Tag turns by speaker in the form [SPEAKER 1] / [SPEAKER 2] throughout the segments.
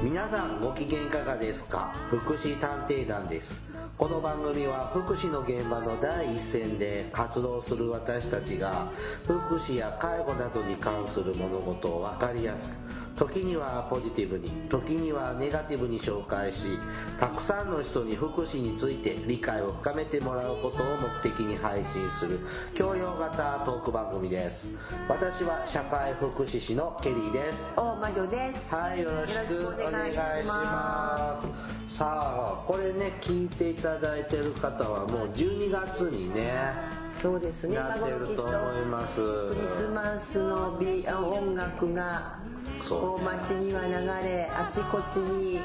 [SPEAKER 1] 皆さんご機嫌いかがですか？福祉探偵団です。この番組は福祉の現場の第一線で活動する私たちが福祉や介護などに関する物事を分かりやすく、時にはポジティブに、時にはネガティブに紹介し、たくさんの人に福祉について理解を深めてもらうことを目的に配信する教養型トーク番組です。私は社会福祉士のケリーです。
[SPEAKER 2] 大魔女です。
[SPEAKER 1] はい、よろしくお願いします。さあ、これね、聞いていただいてる方はもう12月にね、
[SPEAKER 2] そうですね、
[SPEAKER 1] なってると思います。
[SPEAKER 2] クリスマスの音楽がこう街には流れ、あちこちに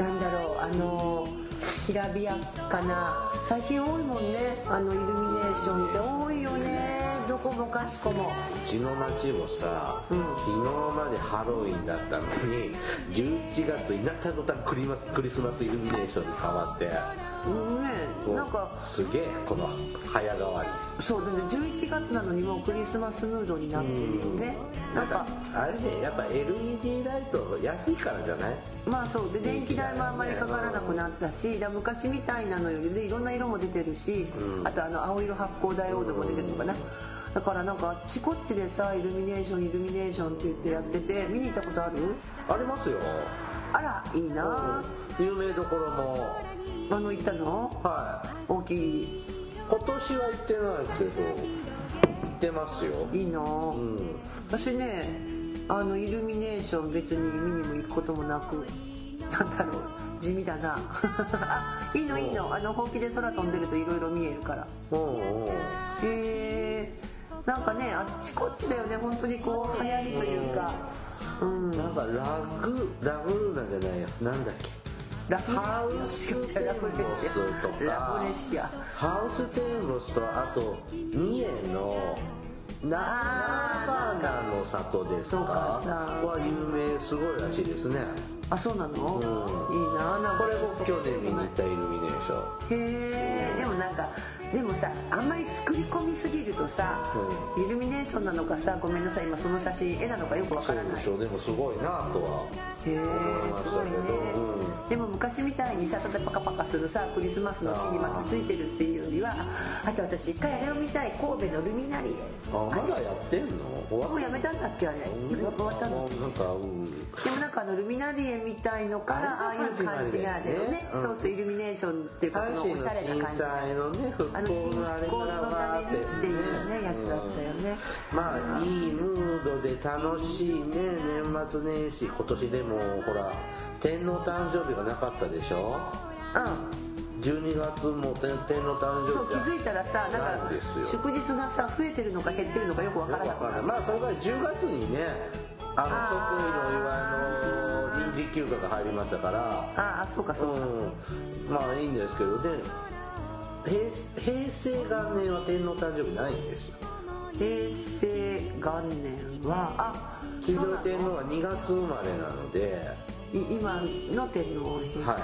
[SPEAKER 2] きらびやかな、最近多いもんね、イルミネーションって多いよね、どこもかしこも。
[SPEAKER 1] うちの町もさ、昨日までハロウィンだったのに11月になった途端クリスマスイルミネーションに変わって、
[SPEAKER 2] なんか
[SPEAKER 1] すげえこの早変わり。
[SPEAKER 2] そうでね、11月なのにもうクリスマスムードになってるよね。
[SPEAKER 1] なんかあれね、やっぱ LED ライト安いからじゃない？
[SPEAKER 2] まあそうで、電気代もあんまりかからなくなったし、昔みたいなのよりでいろんな色も出てるし、あと青色発光ダイオードも出てるのかな。だからなんかあっちこっちでさ、イルミネーションって言ってやってて、見に行ったことある？
[SPEAKER 1] ありますよ。
[SPEAKER 2] あら、いいな。
[SPEAKER 1] 有名どころも
[SPEAKER 2] 行ったの？
[SPEAKER 1] はい。
[SPEAKER 2] 大きい。
[SPEAKER 1] 今年は行ってないけど行ってますよ。
[SPEAKER 2] いいな。私ね、イルミネーション別に見にも行くこともなく、地味だな。あ、いいの、ほうきで空飛んでるといろいろ見えるから。なんかね、あっちこっちだよね、本当にこう流行りというか。
[SPEAKER 1] なんかラグーナじゃないや、なんだっけ。ハウステンボスとか、ハウステンボスと、あと三重のナーバナの里ですかは有名、すごいらしいですね。
[SPEAKER 2] あ、そうなの？いいな。
[SPEAKER 1] これ僕去年見に行ったイルミネーション。
[SPEAKER 2] へー、でもさ、あんまり作り込みすぎるとさ、イルミネーションなのかさ、ごめんなさい、今その写真絵なのかよくわからない。
[SPEAKER 1] そうでしょ。でもすごいなとは思いましたけど。
[SPEAKER 2] でも昔みたいにさ、ただパカパカするさ、クリスマスの木に巻きついてるっていうよりは、あと私一回あれを見たい、神戸のルミナリエ。
[SPEAKER 1] まだやってんの？
[SPEAKER 2] もうやめたんだっけあれ。終わったの？でもなんかルミナリエみたいのからああいう感じがだよね。そうそう、イルミネーションっていうか、おしゃれな感じが。鎮魂のためにっていうね、やつだったよね。
[SPEAKER 1] まあいいムードで楽しいね、年末年始。今年でもほら天皇誕生日がなかったでしょ。12月も天皇誕生日。
[SPEAKER 2] そう、気づいたらさ、なんか祝日がさ、増えてるのか減ってるのかよくわからなくなる。
[SPEAKER 1] まあそれから10月にね、即位のお祝いの臨時休暇が入りましたから。
[SPEAKER 2] そうか。
[SPEAKER 1] まあいいんですけどね。平成元年は天皇誕生日ないんですよ。
[SPEAKER 2] 平成元年は
[SPEAKER 1] 黄色い天皇が2月生まれなので、
[SPEAKER 2] 今の天皇、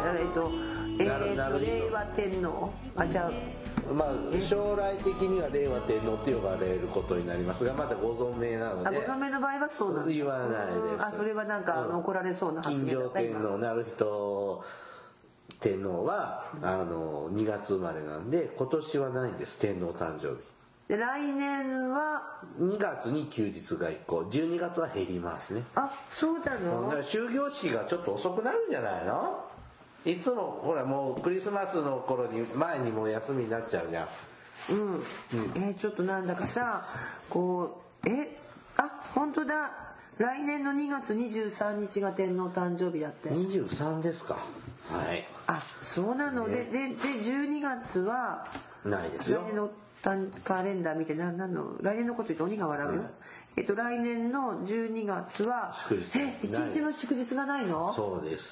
[SPEAKER 2] 令和天皇、
[SPEAKER 1] まあ将来的には令和天皇と呼ばれることになりますが、まだご存命なので。
[SPEAKER 2] ご存命の場合はそうなんです。
[SPEAKER 1] 言わないです。
[SPEAKER 2] それはなんか怒られそうな発言だった。
[SPEAKER 1] 金城天皇、成人天皇は2月生まれなんで、今年はないんです、天皇誕生日。
[SPEAKER 2] で、来年は
[SPEAKER 1] 2月に休日が1個、12月は減りますね。
[SPEAKER 2] そうなの？
[SPEAKER 1] だから終業式がちょっと遅くなるんじゃないの？いつもほらもうクリスマスの頃に前にもう休みになっちゃうじゃん。
[SPEAKER 2] ちょっとなんだかさ、こう本当だ、来年の2月23日が天皇誕生日だって。
[SPEAKER 1] 23ですか。はい。
[SPEAKER 2] そうなの。で12月は
[SPEAKER 1] ないですよ。
[SPEAKER 2] 来年のカレンダー見て来年のこと言うと鬼が笑うよ。来年の12月は一日の祝日がないの？
[SPEAKER 1] そうです。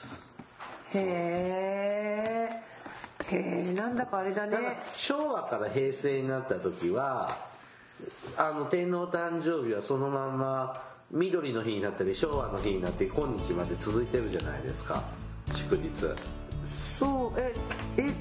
[SPEAKER 2] へー、なんだかあれだね。
[SPEAKER 1] 昭和から平成になった時は天皇誕生日はそのまんま緑の日になったり昭和の日になって今日まで続いてるじゃないですか、祝日。
[SPEAKER 2] そう、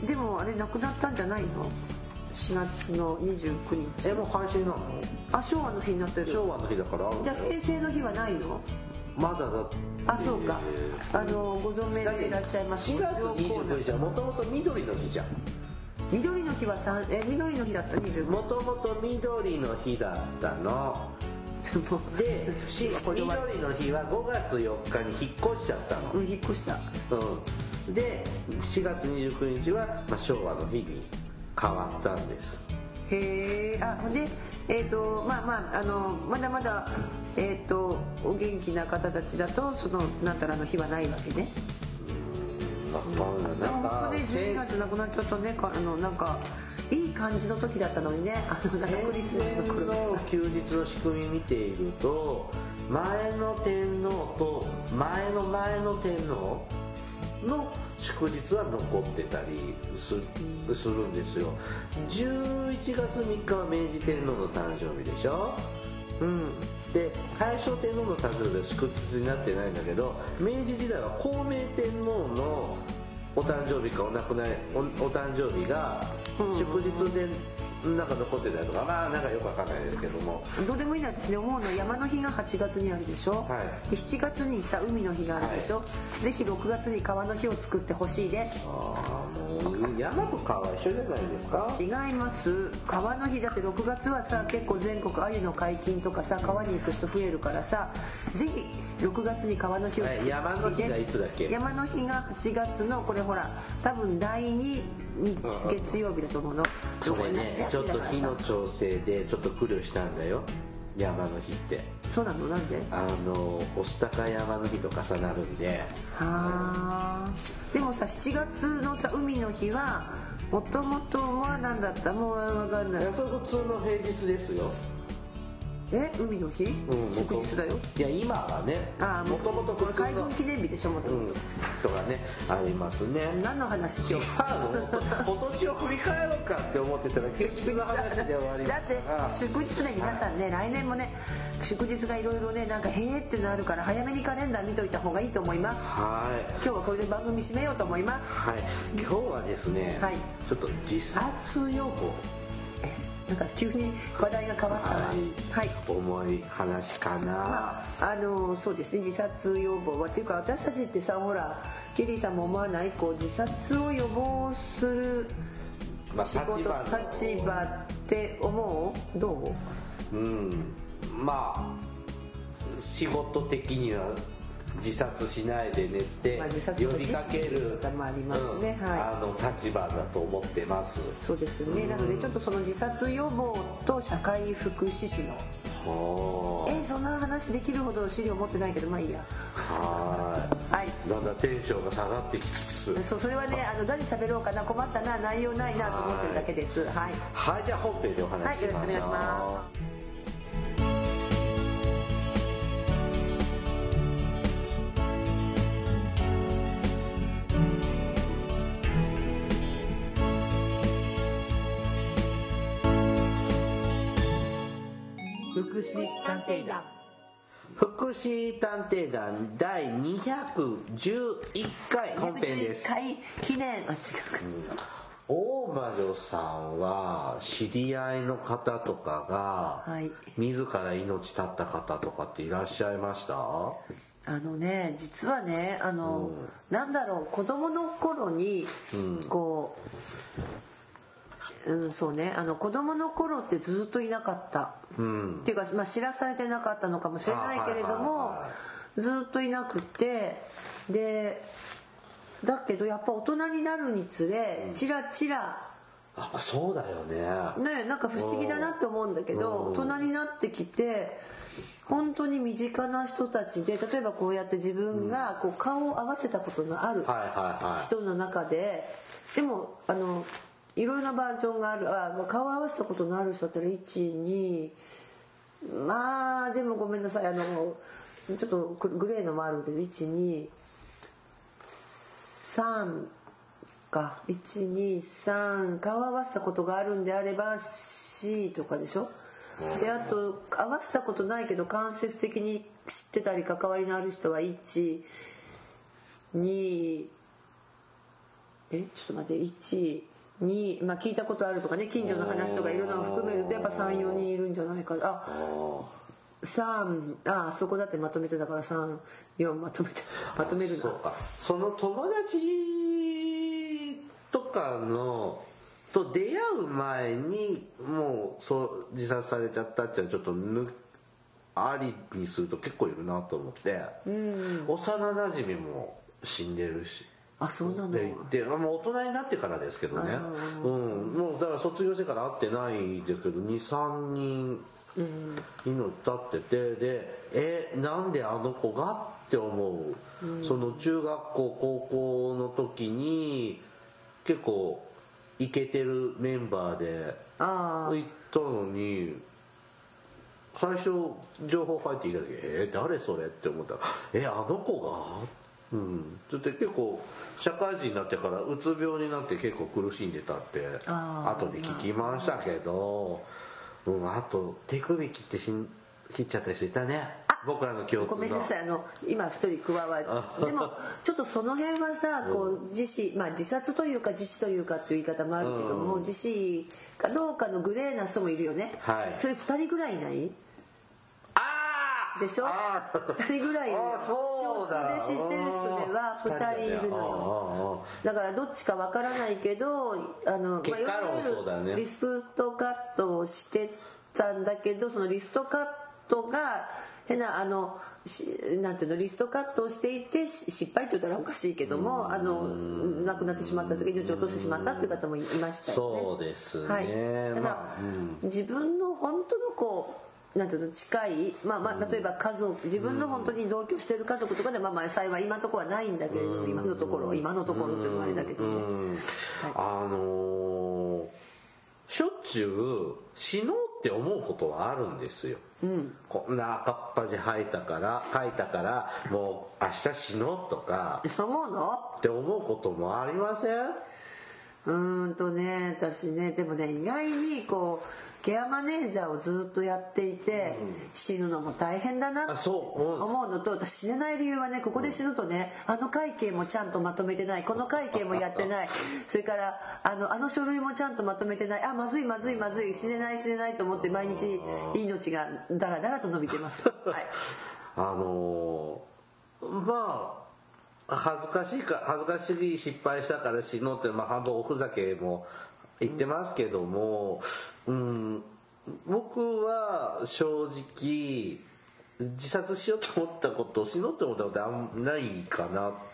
[SPEAKER 2] でもあれなくなったんじゃないの？4月の29日。
[SPEAKER 1] もう廃止なの？
[SPEAKER 2] 昭和の日になってる。
[SPEAKER 1] 昭和の日だから。
[SPEAKER 2] じゃあ平成の日はないの？
[SPEAKER 1] まだだって。
[SPEAKER 2] あ、そうか。ご存命でいらっしゃいます。
[SPEAKER 1] 4月29日はもともと緑の日じゃん。
[SPEAKER 2] 緑の日は緑の日だった25。
[SPEAKER 1] もともと緑の日だったの。で、緑の日は5月4日に引っ越しちゃったの。
[SPEAKER 2] 引っ越した。
[SPEAKER 1] で、4月29日は、昭和の日に変わったんです。
[SPEAKER 2] へー。で、まだまだ、お元気な方たちだと、なんたらの日はないわけね。
[SPEAKER 1] なんか
[SPEAKER 2] ね、12月なくなっちゃったね。なんかいい感じの時だったのにね。クリスマスの頃
[SPEAKER 1] の休日の仕組み見ていると、前の天皇と前の前の天皇の祝日は残ってたりするんですよ。11月3日は明治天皇の誕生日でしょ。で、大正天皇の誕生日は祝日になってないんだけど、明治時代は孝明天皇のお誕生日かお誕生日が祝日でなんか残ってたりとか、なんかよくわかんないですけども、
[SPEAKER 2] どうでもいいなですね。思うのは山の日が8月にあるでしょ、7月にさ海の日があるでしょ、ぜひ6月に川の日を作ってほしいです。
[SPEAKER 1] もう山と川一緒じゃないですか。
[SPEAKER 2] 違います。川の日だって6月はさ、結構全国鮎の解禁とかさ、川に行く人増えるからさ、ぜひ6月に川の日を作ってほしいです。
[SPEAKER 1] 山の日がいつだっけ。
[SPEAKER 2] 山の日が8月のこれほら多分第2月曜日だと思うの。
[SPEAKER 1] それね、ちょっと日の調整でちょっと苦慮したんだよ、山の日って。
[SPEAKER 2] そうなの？なんで？
[SPEAKER 1] 御巣鷹山の日とかさなるんで。
[SPEAKER 2] でもさ、7月のさ海の日はもともとは何だった？もう分かんない。
[SPEAKER 1] それ普通の平日ですよ。
[SPEAKER 2] 海の日？祝日だよ。
[SPEAKER 1] いや今はね、もともと
[SPEAKER 2] これ海軍記念日でしょ、もともと。
[SPEAKER 1] とかね、ありますね。
[SPEAKER 2] 何の話しよう。
[SPEAKER 1] 今年を振り返ろうかって思ってたら結局の話で終わり。
[SPEAKER 2] だって祝日ね、皆さんね、来年もね祝日がいろいろね、なんかへーっていうのあるから早めにカレンダー見といた方がいいと思います。今日はこれで番組締めようと思います。
[SPEAKER 1] 今日はですね、ちょっと自殺予防。
[SPEAKER 2] なんか急に話題が変わったわ。
[SPEAKER 1] 重い話かな。
[SPEAKER 2] そうですね、自殺予防はっていうか、私たちってさ、ほらケリーさんも思わない？自殺を予防する仕事、立場って思う？どう？
[SPEAKER 1] 仕事的には自殺しないでねって呼びかける立場だと思ってます。
[SPEAKER 2] そうですね。なのでちょっとその自殺予防と社会福祉士のそんな話できるほど資料持ってないけど、まあいいや。
[SPEAKER 1] だんだんテンションが下がってきつつ。
[SPEAKER 2] それはね、何喋ろうかな、困ったな、内容ないなと思ってるだけです。じゃ
[SPEAKER 1] あ本編でお話ししましょう。よろしくお願いします。
[SPEAKER 2] 福祉探偵団。
[SPEAKER 1] 福祉探偵団第211回本編です。
[SPEAKER 2] 211回記念。
[SPEAKER 1] 大魔女さんは知り合いの方とかが、自ら命絶った方とかっていらっしゃいました？
[SPEAKER 2] 実はね、なんだろう、子供の頃にこう、そうね、子供の頃ってずっといなかった、っていうか、知らされてなかったのかもしれないけれども、ずっといなくて、でだけどやっぱ大人になるにつれチラチラ、
[SPEAKER 1] そうだよね。
[SPEAKER 2] なんか不思議だなって思うんだけど、大人になってきて本当に身近な人たちで、例えばこうやって自分がこう顔を合わせたことのある人の中で、でもいろいろなバージョンがある。顔を合わせたことのある人だったら1、2、でもごめんなさい、ちょっとグレーのもあるけど、1、2、3か、1、2、3、顔を合わせたことがあるんであれば C とかでしょ。で、あと合わせたことないけど間接的に知ってたり関わりのある人は1、2、ちょっと待って、1、2、聞いたことあるとかね、近所の話とかいろんなのを含めるとやっぱ3、4人いるんじゃないかな。 そこだってまとめてだから34まとめるな。
[SPEAKER 1] そうか。その友達とかのと出会う前にもう自殺されちゃったっていうのはちょっとありにすると結構いるなと思って、幼馴染も死んでるし。
[SPEAKER 2] そうなの。
[SPEAKER 1] でもう大人になってからですけどね。もうだから卒業してから会ってないですけど、2、3人命経ってて、で、なんであの子がって思う。その中学校、高校の時に結構イケてるメンバーで行ったのに、最初情報入ってきた時誰それって思ったらあの子がちょっと結構社会人になってからうつ病になって結構苦しんでたって後で聞きましたけど、あと手首切って切っちゃった人いたね。僕らの共通の。
[SPEAKER 2] ごめんなさい、今一人加わる。でもちょっとその辺はさ、こう自殺というか自死というかっていう言い方もあるけども、自死かどうかのグレーな人もいるよね。それ2人ぐらいいない？でしょ？2人ぐらいいるよ。共通で知ってる人では2人いるのよ。だからどっちかわからないけど、
[SPEAKER 1] 結果論そうだよね。
[SPEAKER 2] リストカットをしてたんだけど、そのリストカットが変ななんていうの、リストカットをしていて失敗って言ったらおかしいけども、亡くなってしまった時に命を落としてしまったっていう方もいましたよね。
[SPEAKER 1] そうですね。
[SPEAKER 2] はい。ただ、自分の本当のなんていうの、近い、例えば家族、自分の本当に同居している家族とかで幸い今のところはないんだけれども、今のところというのはあれだけどね。
[SPEAKER 1] しょっちゅう死のうって思うことはあるんですよ。こんな赤っ端書いたからもう明日死のうとか
[SPEAKER 2] そう思うの
[SPEAKER 1] って思うこともありません？
[SPEAKER 2] 私ね、でもね、意外にケアマネージャーをずっとやっていて、死ぬのも大変だなって思うのと、私死ねない理由はね、ここで死ぬとね、会計もちゃんとまとめてない、この会計もやってない、それから書類もちゃんとまとめてない、まずい死ねないと思って毎日命がだらだらと伸びてます。はい。
[SPEAKER 1] 恥ずかしい失敗したから死のうって半分おふざけも言ってますけども、僕は正直自殺しようと思ったこと死のうと思ったことはないかなって、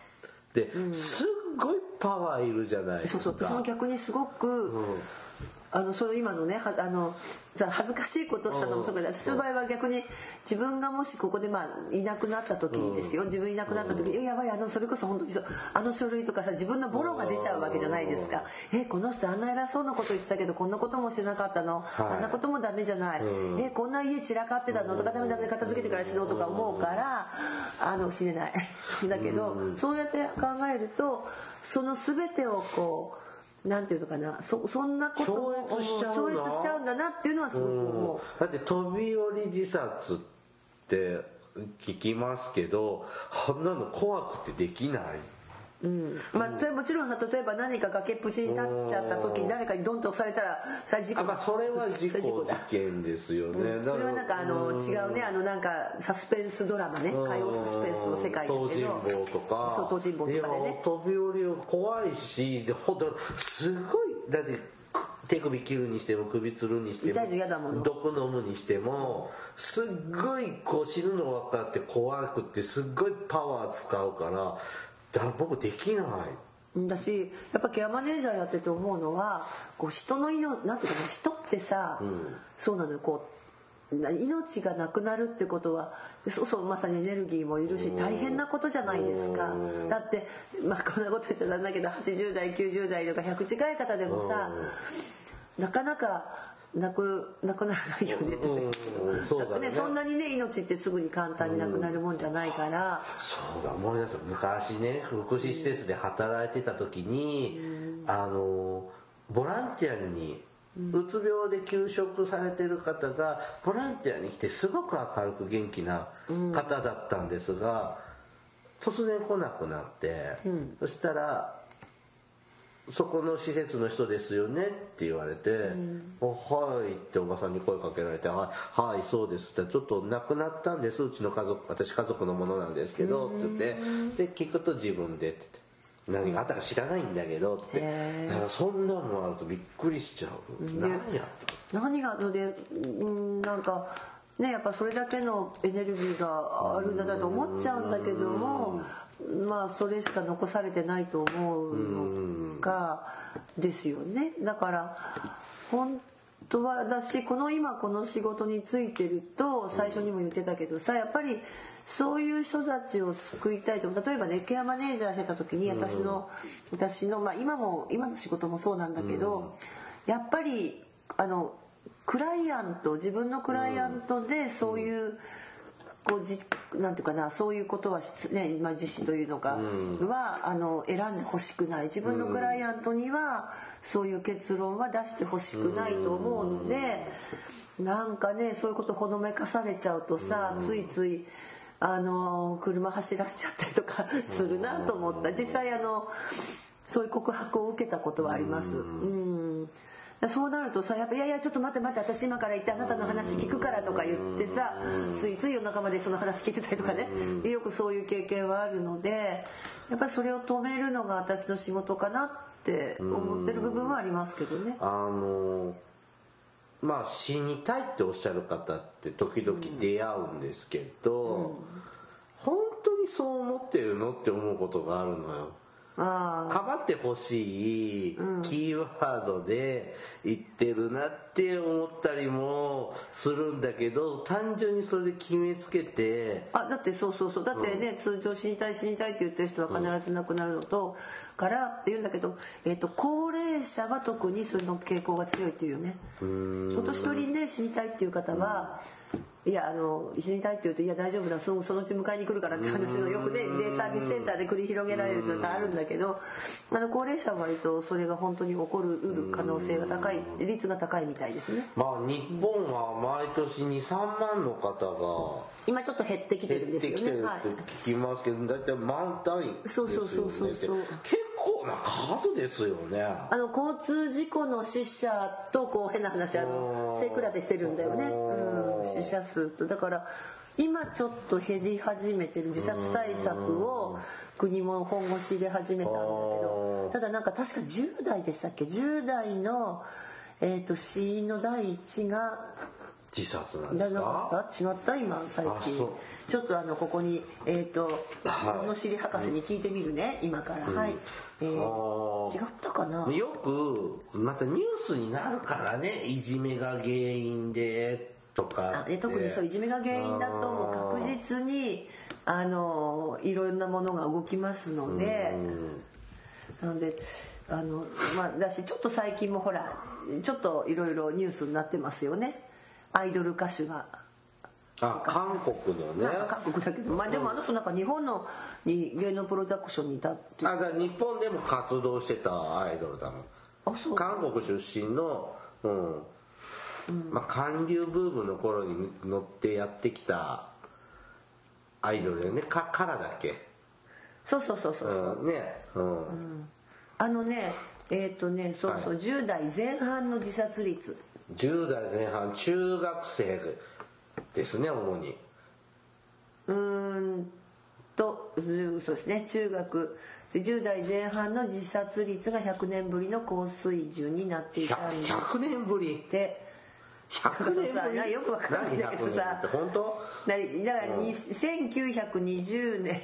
[SPEAKER 1] すっごいパワーいるじゃないですか。
[SPEAKER 2] そう私も逆にすごく、その今のね恥ずかしいことをしたのもそうだけど、私の場合は逆に自分がもしここでいなくなった時にですよ、自分いなくなった時にやばい、それこそ本当に書類とかさ、自分のボロが出ちゃうわけじゃないですか。この人あんな偉そうなこと言ってたけどこんなこともしてなかったの、あんなこともダメじゃない、こんな家散らかってたのとか、ダメ片付けてから死のうとか思うから死ねないだけど、そうやって考えるとその全てをなんていうのかな、そんなことを超越しちゃうんだなっていうのはすごく思う。
[SPEAKER 1] だって飛び降り自殺って聞きますけど、あんなの怖くてできない。
[SPEAKER 2] もちろん例えば何か崖っぷちに立っちゃった時に誰かにドンと押されたらそれは事故。
[SPEAKER 1] それは事件ですよね。
[SPEAKER 2] それは違うね、サスペンスドラマね、海洋サスペンスの世界ですけど、
[SPEAKER 1] 東尋坊とか、
[SPEAKER 2] 東尋坊とかでね、
[SPEAKER 1] 飛び降り怖いし、本当すごい、だって手首切るにしても首つるにしても
[SPEAKER 2] 痛いの嫌だもの、
[SPEAKER 1] 毒飲むにしてもすっごい死ぬの分かって怖くってすっごいパワー使うから僕できない。
[SPEAKER 2] だしやっぱケアマネージャーやってて思うのは、人のなんていうかな、人ってさ、そうなのよ、命がなくなるってことはまさにエネルギーもいるし大変なことじゃないですか。だってこんなこと言っちゃなんだけど、80代90代とか100近い方でもさ、なかなかなくならないよねって言うけど、そんなにね命ってすぐに簡単になくなるもんじゃないから。
[SPEAKER 1] そうだ、思い出す。昔ね福祉施設で働いてた時に、ボランティアにうつ病で休職されてる方がボランティアに来てすごく明るく元気な方だったんですが、突然来なくなって、そしたらそこの施設の人ですよねって言われて、はいっておばさんに声かけられて、はいそうですって、ちょっと亡くなったんです、うちの家族、私家族のものなんですけどって言って、で聞くと自分でって言って、何があったか知らないんだけどって、だからそんなのあるとびっくりしちゃう。何やった
[SPEAKER 2] 何がので、なんかね、やっぱそれだけのエネルギーがあるんだと思っちゃうんだけども、まあそれしか残されてないと思うのがですよね。だから本当はだし、今この仕事についてると、最初にも言ってたけどさ、やっぱりそういう人たちを救いたいと。例えばね、ケアマネージャーしてた時に私のまあ今の仕事もそうなんだけど、やっぱりクライアント、自分のクライアントでそういうなんていうかな、そういうことはね、自信というのかは選んでほしくない。自分のクライアントにはそういう結論は出してほしくないと思うので、なんかね、そういうことほのめかされちゃうとさ、ついつい車走らせちゃったりとかするなと思った。実際そういう告白を受けたことはあります。そうなるとさ、やっぱいやちょっと待って私今から行ってあなたの話聞くからとか言ってさ、ついつい夜中までその話聞いてたりとかね、よくそういう経験はあるので、やっぱりそれを止めるのが私の仕事かなって思ってる部分はありますけどね。
[SPEAKER 1] まあ死にたいっておっしゃる方って時々出会うんですけど、本当にそう思ってるのって思うことがあるのよ。かばってほしいキーワードで言ってるなって思ったりもするんだけど、単純にそれで決めつけて、
[SPEAKER 2] だってそうだってね、通常死にたいって言ってる人は必ず亡くなるのと、からって言うんだけど、高齢者は特にその傾向が強いっていうよね。お年寄りね、死にたいっていう方は、いや死にたいって言うと、いや大丈夫だ、そのうち迎えに来るからって話のよくね、デイサービスセンターで繰り広げられるのがあるんだけど、高齢者は割とそれが本当に起こる可能性が高い、率が高いみたいですね。
[SPEAKER 1] まあ日本は毎年2、3万の方が
[SPEAKER 2] 今ちょっと減ってきてるんですよね。
[SPEAKER 1] 減ってきてるって聞きますけど、だいたい満単位ですよね。そう結構な数ですよね。
[SPEAKER 2] 交通事故の死者と変な話背比べしてるんだよね。死者数と。だから今ちょっと減り始めてる。自殺対策を国も本腰で始めたんだけど、ただなんか確か10代でしたっけ、10代の死因の第一が
[SPEAKER 1] 自殺なんですか？
[SPEAKER 2] 違った今最近。ちょっとここにのしり博士に聞いてみるね、今から。はい。違ったかな。
[SPEAKER 1] よくまたニュースになるからね、いじめが原因でとか。
[SPEAKER 2] 特にそう、いじめが原因だともう確実にいろんなものが動きますので、なのでだしちょっと最近もほらちょっといろいろニュースになってますよね。アイドル歌手が
[SPEAKER 1] 韓国のね、
[SPEAKER 2] 韓国だけど、でもなんか日本の芸能プロダクションにいたって
[SPEAKER 1] だから日本でも活動してたアイドルだもん。韓国出身の韓流ブームの頃に乗ってやってきたアイドルだよね。カラだっけ。
[SPEAKER 2] そう
[SPEAKER 1] ね、
[SPEAKER 2] 10代前半の自殺率、
[SPEAKER 1] 10代前半、中学生ですね、主に。
[SPEAKER 2] そうですね、中学10代前半の自殺率が100年ぶりの高水準になっていたんです。
[SPEAKER 1] 100年ぶり
[SPEAKER 2] って
[SPEAKER 1] 100年ぶり
[SPEAKER 2] よくわからないんだけどさ、
[SPEAKER 1] 本当
[SPEAKER 2] だから1920年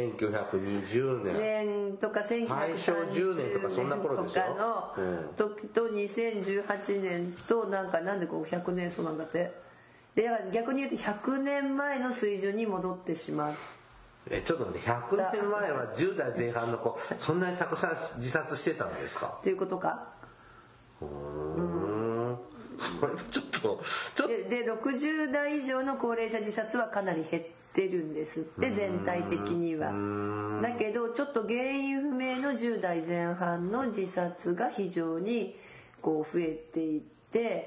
[SPEAKER 2] とか
[SPEAKER 1] 1930年とかそんな頃でしょ。
[SPEAKER 2] とかの時と2018年となんで100年そうなんだって。で逆に言うと100年前の水準に戻ってしまう。
[SPEAKER 1] ちょっと待って、100年前は10代前半の子そんなにたくさん自殺してたんですか
[SPEAKER 2] っていうことか。
[SPEAKER 1] それちょっと
[SPEAKER 2] で60代以上の高齢者自殺はかなり減ってるんですって、全体的には。だけどちょっと原因不明の10代前半の自殺が非常に増えていって、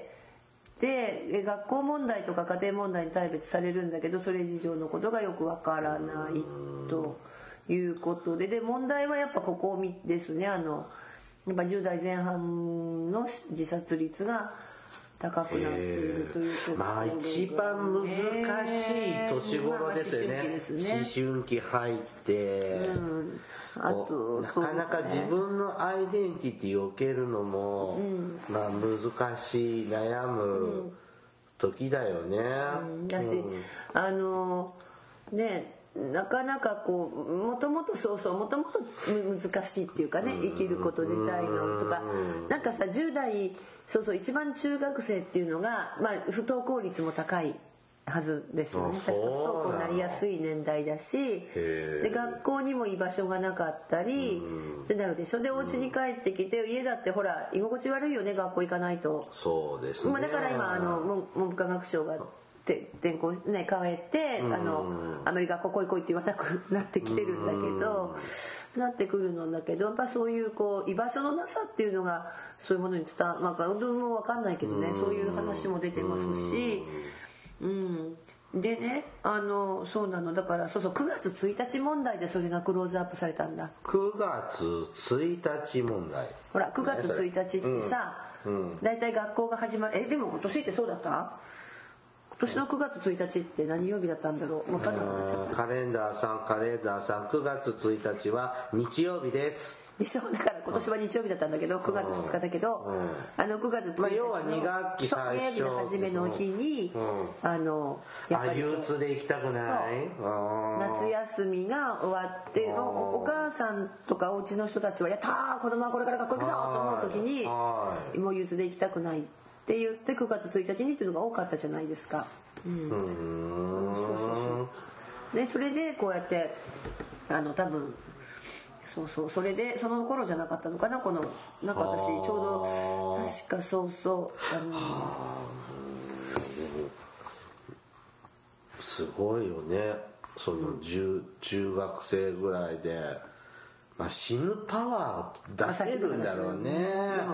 [SPEAKER 2] で学校問題とか家庭問題に大別されるんだけど、それ以上のことがよくわからないということで、問題はやっぱここですね。 やっぱ10代前難の自殺率が高くなっているというところ、
[SPEAKER 1] まあ一番難しい年頃ですよね。思春期入って、あとなかなか自分のアイデンティティを受けるのも、まあ難しい悩む時だよね。
[SPEAKER 2] だし、ね、なかなかこうもともと難しいっていうかね、生きること自体のとか、なんかさ10代一番中学生っていうのが、まあ、不登校率も高いはずですよね。確か不登校になりやすい年代だし、で学校にも居場所がなかったりってなるでしょ。でお家に帰ってきて、家だってほら居心地悪いよね、学校行かないと。
[SPEAKER 1] そうですね。
[SPEAKER 2] だから今文部科学省が転校ね変えて、あまり学校来い来いって言わなくなってきてるんだけど、なってくるのだけど、やっぱそういうこう居場所のなさっていうのがそういうものに伝わる、まあもわかんないけどね、そういう話も出てますし、でね、そうなの、だから9月1日問題でそれがクローズアップされたんだ。
[SPEAKER 1] 9月1日問題。
[SPEAKER 2] ほら9月1日ってさ、だいたい学校が始まる。でも今年ってそうだった？今年の9月1日って何曜日だったんだろう、分かんなくなっちゃった。
[SPEAKER 1] カレンダーさん9月1日は日曜日です
[SPEAKER 2] でしょ。だから今年は日曜日だったんだけど、9月2日だけど、9月1日の、
[SPEAKER 1] 要は2学期最初
[SPEAKER 2] の初めの日に、
[SPEAKER 1] やっぱり憂鬱で行きたくない。
[SPEAKER 2] 夏休みが終わってお母さんとかお家の人たちはやったー、子供はこれから学校行くぞと思う時に、もう憂鬱で行きたくないって言って9月1日にっていうのが多かったじゃないですか。でそれでこうやって多分それでその頃じゃなかったのかな、このなんか私ちょうど確か
[SPEAKER 1] すごいよね、中学生ぐらいで、まあ、死ぬパワー出せるんだろうね。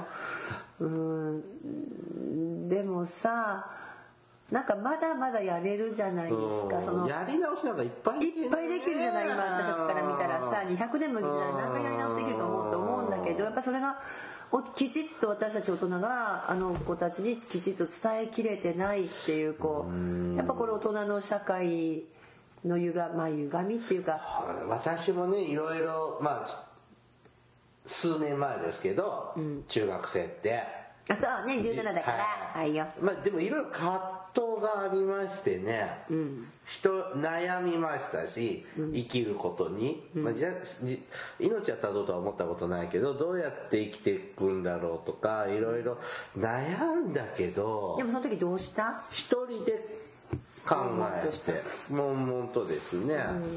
[SPEAKER 2] でもさ、なんかまだまだやれるじゃないですか。
[SPEAKER 1] やり直しなんかいっぱいでき
[SPEAKER 2] るじゃない、今私たちから見たらさ、200年も何回やり直しできると思うんだけど、やっぱそれがきちっと私たち大人が子たちにきちっと伝えきれてないっていう、やっぱこれ大人の社会の歪みっていうか。
[SPEAKER 1] 私もねいろいろ、まあ数年前ですけど、中学生って
[SPEAKER 2] そうね、17だから、はいよ。
[SPEAKER 1] まあでもいろいろ葛藤がありましてね、悩みましたし、生きることに、まあ、命は絶とうとは思ったことないけど、どうやって生きていくんだろうとかいろいろ悩んだけど、
[SPEAKER 2] でもその時どうした？
[SPEAKER 1] 一人で考えて悶々とですね、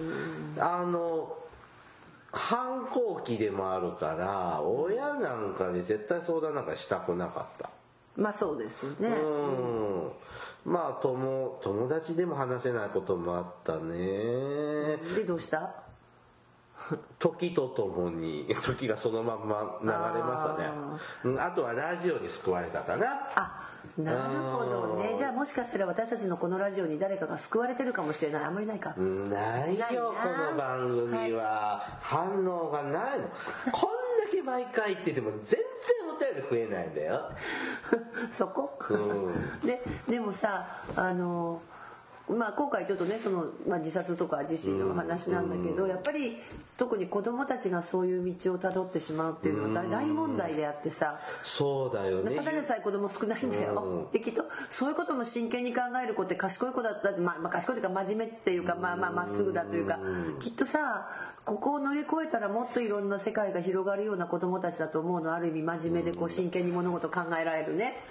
[SPEAKER 1] 反抗期でもあるから親なんかに絶対相談なんかしたくなかった。
[SPEAKER 2] まあそうですよね。
[SPEAKER 1] まあ友達でも話せないこともあったね。
[SPEAKER 2] でどうした？
[SPEAKER 1] 時とともに時がそのまま流れましたね。あとはラジオに救われたかな。
[SPEAKER 2] なるほどね。じゃあもしかしたら私たちのこのラジオに誰かが救われてるかもしれない。あんまりないか。
[SPEAKER 1] ないよ、この番組は。反応がないの。こんだけ毎回言ってても全然お便り増えないんだよ。
[SPEAKER 2] そこ、でもさ、まあ今回ちょっとね自殺とか自身の話なんだけど、やっぱり特に子供たちがそういう道をたどってしまうっていうのは大問題であってさ。
[SPEAKER 1] そうだよね。
[SPEAKER 2] ただでさえ子供少ないんだよ。できっとそういうことも真剣に考える子って賢い子だったって、まあ賢いというか真面目っていうか、まっすぐだというか、きっとさここを乗り越えたらもっといろんな世界が広がるような子供たちだと思うの。ある意味真面目で真剣に物事考えられるね。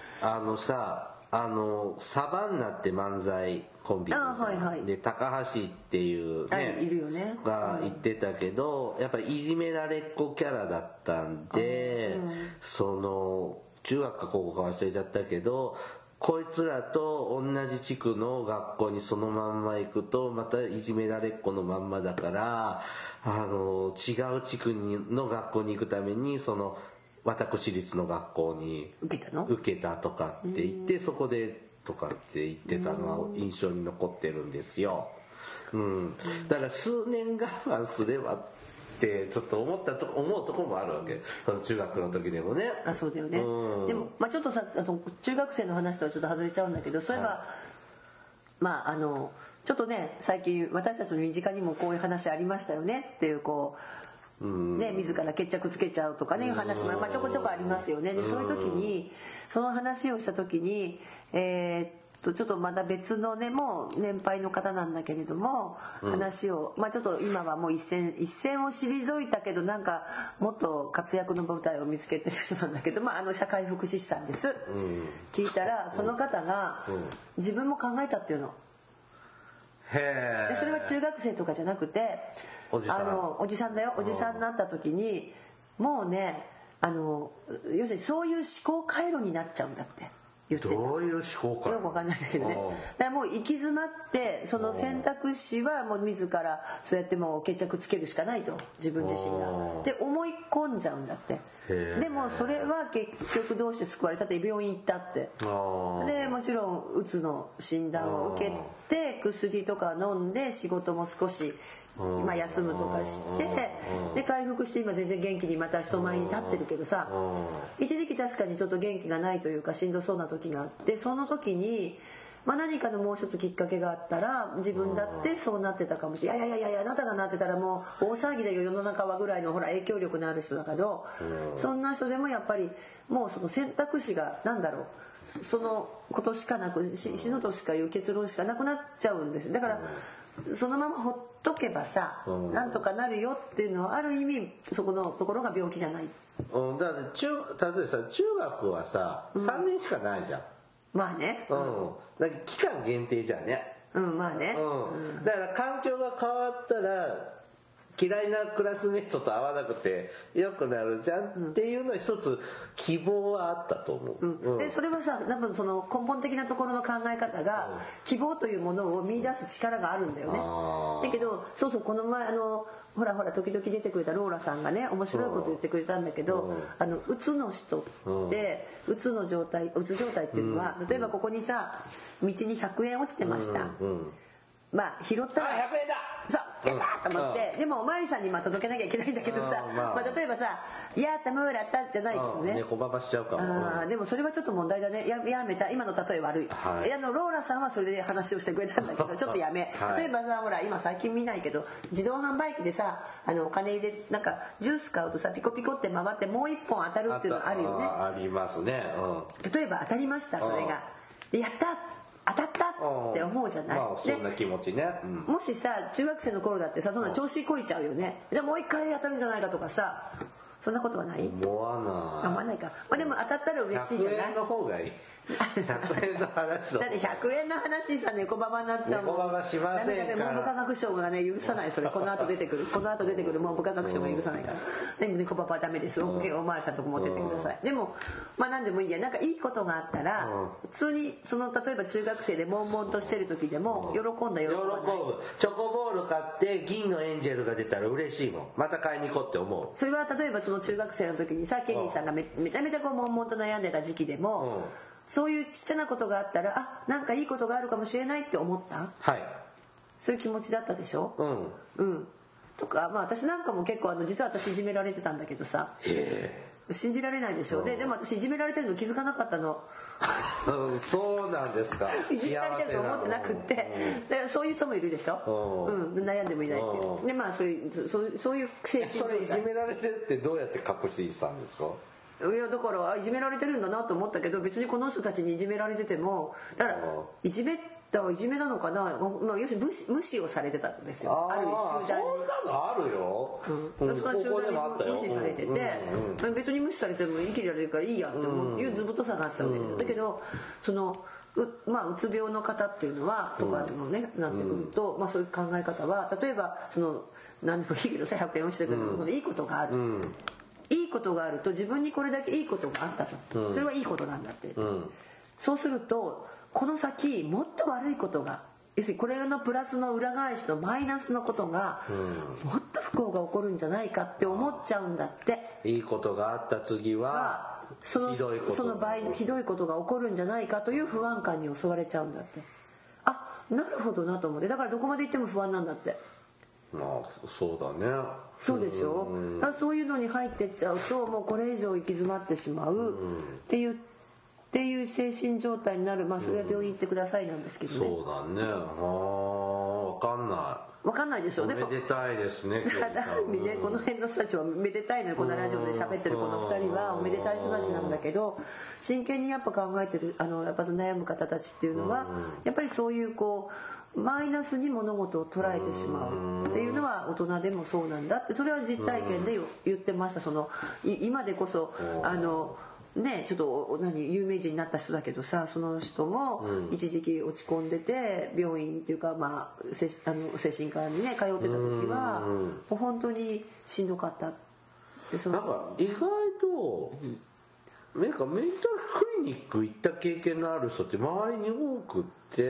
[SPEAKER 1] サバンナって漫才コンビで高橋っていうね、
[SPEAKER 2] いるよね
[SPEAKER 1] が言ってたけど、やっぱりいじめられっ子キャラだったんで、中学か高校か忘れちゃったけど、こいつらと同じ地区の学校にそのまんま行くとまたいじめられっ子のまんまだから、違う地区の学校に行くために私立の学校に受けたとかって言って、そこでとかって言ってたのは印象に残ってるんですよ。だから数年我慢すればってちょっと思うところもあるわけ、その中学の時でもね。
[SPEAKER 2] あ、そうだよね。でも、ちょっとさ、中学生の話とはちょっと外れちゃうんだけど、そういえば、ちょっとね、最近私たちの身近にもこういう話ありましたよねっていう自ら決着つけちゃうとかねいう話もちょこちょこありますよね。でそういう時にその話をした時にちょっとまた別のねもう年配の方なんだけれども話をちょっと今はもう一線を退いたけどなんかもっと活躍の舞台を見つけてる人なんだけど社会福祉士さんです。聞いたらその方が自分も考えたっていうの。でそれは中学生とかじゃなくておじさんだよ。おじさんになった時にもうね要するにそういう思考回路になっちゃうんだって言ってた。
[SPEAKER 1] どういう思考回路？
[SPEAKER 2] よくわかんないんだけどね。だからもう行き詰まってその選択肢はもう自らそうやってもう決着つけるしかないと自分自身がで思い込んじゃうんだって。でもそれは結局どうして救われたって病院行ったってでもちろんうつの診断を受けて薬とか飲んで仕事も少し休むとかしてで回復して今全然元気にまた人前に立ってるけどさ一時期確かにちょっと元気がないというかしんどそうな時があってその時に何かのもう一つきっかけがあったら自分だってそうなってたかもしれない。いやあなたがなってたらもう大騒ぎだよ世の中はぐらいの影響力のある人だけどそんな人でもやっぱりもうその選択肢がそのことしかなく死ぬとしかいう結論しかなくなっちゃうんです。だからそのままほっとけばさなんとかなるよっていうのはある意味そこのところが病気じゃない。
[SPEAKER 1] だから例えばさ中学はさ3年しかないじゃん。
[SPEAKER 2] まあね。
[SPEAKER 1] だから期間限定じゃんね。
[SPEAKER 2] まあね。
[SPEAKER 1] だから環境が変わったら嫌いなクラスメートと会わなくて良くなるじゃんっていうのは一つ希望はあったと思う。
[SPEAKER 2] でそれはさ多分その根本的なところの考え方が希望というものを見出す力があるんだよね。だけどそうこの前ほら時々出てくれたローラさんがね面白いこと言ってくれたんだけどうつの人ってうつ状態っていうのは例えばここにさ道に100円落ちてました。拾ったら
[SPEAKER 1] 100円だ
[SPEAKER 2] そうやったと思ってでもおまわりさんに届けなきゃいけないんだけどさ例えばさ「やったムーラった」じゃないとね
[SPEAKER 1] 猫ばばしちゃうかも。
[SPEAKER 2] でもそれはちょっと問題だね。やめた今の例え悪い。ローラさんはそれで話をしてくれたんだけどちょっとやめ。例えばさほら今最近見ないけど自動販売機でさお金入れジュース買うとさピコピコって回ってもう一本当たるっていうのあるよね。
[SPEAKER 1] ありますね。
[SPEAKER 2] 例えば当たりましたそれがでやった当たったって思うじゃない。
[SPEAKER 1] そんな気持ちね。
[SPEAKER 2] もしさ中学生の頃だってさそんな調子こいちゃうよね。じゃあもう一回当たるんじゃないかとかさそんなことはない？
[SPEAKER 1] 思わない
[SPEAKER 2] か。でも当たったら嬉しいじゃない。
[SPEAKER 1] 100円の方がいい。100円の話
[SPEAKER 2] だって100円の話さ猫ババになっちゃうもん。
[SPEAKER 1] 猫ババしませんから。
[SPEAKER 2] 文部科学省がね許さないそれ。この後出てくる文部科学省が許さないから。でも猫ババはダメです。おまわりさんとこ持ってってください。でも何でもいいや。いいことがあったら普通に例えば中学生で悶々としてる時でも喜んだ。
[SPEAKER 1] 喜ぶ。チョコボール買って銀のエンジェルが出たら嬉しいもん。また買いに行こうって思う。
[SPEAKER 2] それは例えばその中学生の時にさケニーさんがめちゃめちゃ悶々と悩んでた時期でもそういうちっちゃなことがあったらなんかいいことがあるかもしれないって思った？
[SPEAKER 1] はい。
[SPEAKER 2] そういう気持ちだったでしょ？とか私なんかも結構実は私いじめられてたんだけどさ信じられないでしょ。でも私いじめられてるの気づかなかったの。
[SPEAKER 1] そうなんですか。
[SPEAKER 2] いじめられてると思ってなくってだからそういう人もいるでしょ。悩んでもいないっていうでそういう精神状態。
[SPEAKER 1] それいじめられてるってどうやって確信したんですか？
[SPEAKER 2] いやだからいじめられてるんだなと思ったけど別にこの人たちにいじめられててもだからいじめなのかな、要するに無視をされてたんですよ。ある集団に
[SPEAKER 1] そんなのあるよ。
[SPEAKER 2] 集団に無視されてて別に無視されても生きられるからいいやっていう図太さがあったわけです。だけどうつ病の方っていうのはとかでもねなってくるとそういう考え方は例えば何でもいいけどさ100円をしてくれるいいことがある。いいことがあると自分にこれだけいいことがあったとそれはいいことなんだって。そうするとこの先もっと悪いことが要するにこれのプラスの裏返しのマイナスのことがもっと不幸が起こるんじゃないかって思っちゃうんだって。
[SPEAKER 1] いいことがあった次は
[SPEAKER 2] その場合ひどいことが起こるんじゃないかという不安感に襲われちゃうんだって。なるほどなと思ってだからどこまで行っても不安なんだって。
[SPEAKER 1] まあそうだね。
[SPEAKER 2] そうでしょ。そういうのに入ってっちゃうともうこれ以上行き詰まってしまうっていう精神状態になる。まあそれは病院行ってくださいなんですけどね。
[SPEAKER 1] そうだね。わかんない
[SPEAKER 2] でしょ。
[SPEAKER 1] めでたいですね。
[SPEAKER 2] ある意味ね、この辺の人たちはめでたいのよ。このラジオで喋ってるこの2人はおめでたい人たちなんだけど、真剣にやっぱ考えてるやっぱ悩む方たちっていうのはやっぱりそういうこうマイナスに物事を捉えてしまうっていうのは大人でもそうなんだって、それは実体験で言ってました。今でこそね、ちょっと有名人になった人だけどさ、その人も一時期落ち込んでて病院っていうか、まあ、精神科にね通ってた時はもう本当にしんどかったで。
[SPEAKER 1] なんか意外となんかメンタルクリニック行った経験のある人って周りに多くって、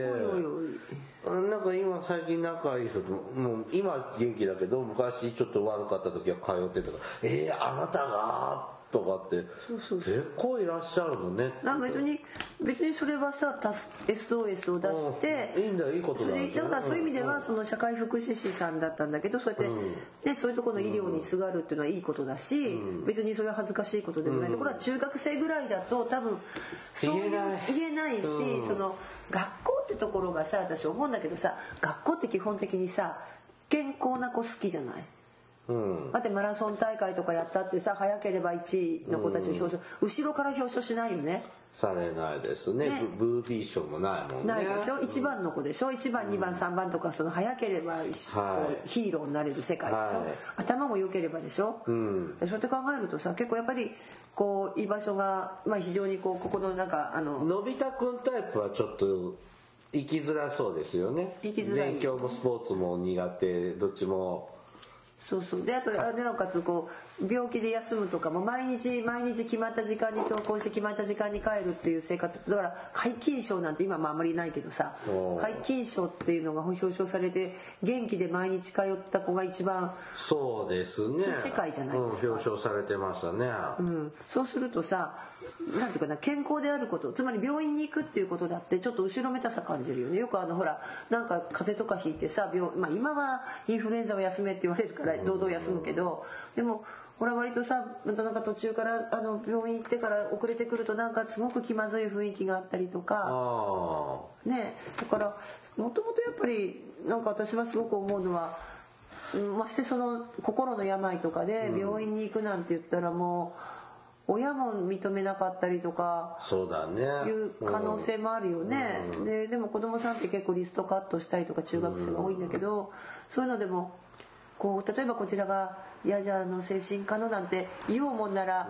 [SPEAKER 1] なんか今最近仲いい人ともう今元気だけど昔ちょっと悪かった時は通ってたからあなたがとかって結構いらっしゃるのね。
[SPEAKER 2] 別にそれはさSOS を出して
[SPEAKER 1] いいんだよ、いいことだよ。
[SPEAKER 2] だからそういう意味ではその社会福祉士さんだったんだけど、そうやってね、そういうところの医療にすがるっていうのはいいことだし、別にそれは恥ずかしいことでもないところは中学生ぐらいだと多分そういう言えないし、その学校ってところがさ、私思うんだけどさ、学校って基本的にさ健康な子好きじゃない。だってマラソン大会とかやったってさ、早ければ1位の子たちの表彰、後ろから表彰しないよね。
[SPEAKER 1] されないですね。ブービー賞もないもんね。
[SPEAKER 2] ないでしょ。1番の子でしょ。1番2番3番とか、その早ければヒーローになれる世界でしょ。頭も良ければでしょ。そうやって考えるとさ、結構やっぱりこう居場所がまあ非常にここのなんか
[SPEAKER 1] のび太くんタイプはちょっと生きづらそうですよね。勉強もスポーツも苦手、どっちも。
[SPEAKER 2] そうで、あとなおかつこう病気で休むとかも毎日決まった時間に登校して決まった時間に帰るっていう生活だから、皆勤賞なんて今もあんまりないけどさ、皆勤賞っていうのが表彰されて元気で毎日通った子が一番
[SPEAKER 1] そうですね、
[SPEAKER 2] 世界じゃないですか。
[SPEAKER 1] 表彰されてましたね。
[SPEAKER 2] そうするとさ、なんていうかな、健康であること、つまり病院に行くっていうことだってちょっと後ろめたさ感じるよね。よくほらなんか風邪とかひいてさ、まあ今はインフルエンザは休めって言われるから堂々休むけど、でもほら割とさ、なんか途中から病院行ってから遅れてくるとなんかすごく気まずい雰囲気があったりとかね。だからもともとやっぱりなんか私はすごく思うのは、ましてその心の病とかで病院に行くなんて言ったらもう親も認めなかったりとかいう可能性もあるよね。でも子供さんって結構リストカットしたりとか中学生が多いんだけど、そういうのでもこう例えばこちらが「いやじゃあ精神科の」なんて言おうもんなら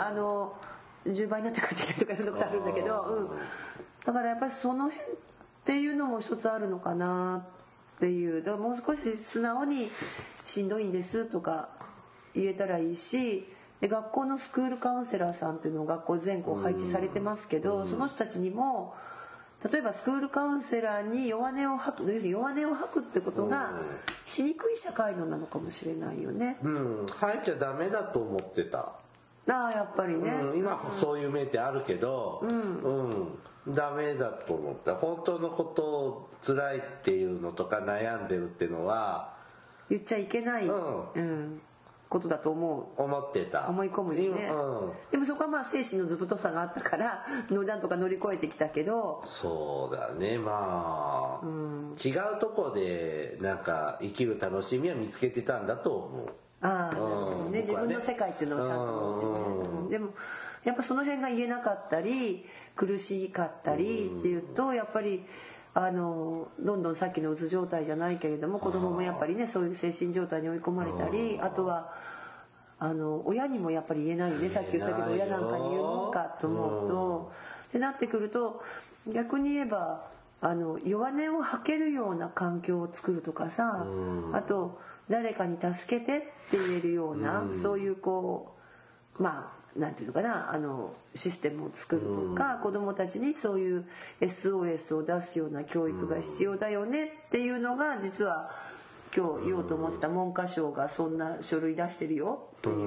[SPEAKER 2] 10倍になって帰ってきたりとかいろんなことあるんだけど、だからやっぱりその辺っていうのも一つあるのかなっていう。だからもう少し素直に「しんどいんです」とか言えたらいいし。で学校のスクールカウンセラーさんっていうのを学校全校配置されてますけど、その人たちにも例えばスクールカウンセラーに弱音を吐くってことがしにくい社会のなのかもしれないよね。
[SPEAKER 1] 吐いちゃダメだと思ってた。
[SPEAKER 2] やっぱりね、
[SPEAKER 1] 今そういう面ってあるけど、ダメだと思った。本当のことを辛いっていうのとか悩んでるっていうのは
[SPEAKER 2] 言っちゃいけない、ことだと思
[SPEAKER 1] ってた。
[SPEAKER 2] 思い込むよね。でもそこはまあ精神のずぶとさがあったからなんとか乗り越えてきたけど。
[SPEAKER 1] そうだね、まあ、違うとこでなんか生きる楽しみは見つけてたんだと思う。
[SPEAKER 2] 自分の世界っていうのをちゃんと持ってね。でもやっぱその辺が言えなかったり苦しかったりっていうと、やっぱりどんどんさっきのうつ状態じゃないけれども、子供もやっぱりねそういう精神状態に追い込まれたり、あとは親にもやっぱり言えないよね。さっき言ったけど親なんかに言うもんかと思うと、ってなってくると逆に言えば弱音を吐けるような環境を作るとかさ、あと誰かに助けてって言えるような、そういうこうまあなんていうのかな、システムを作るとか、子どもたちにそういう SOS を出すような教育が必要だよねっていうのが、実は今日言おうと思ってた文科省がそんな書類出してるよっていう。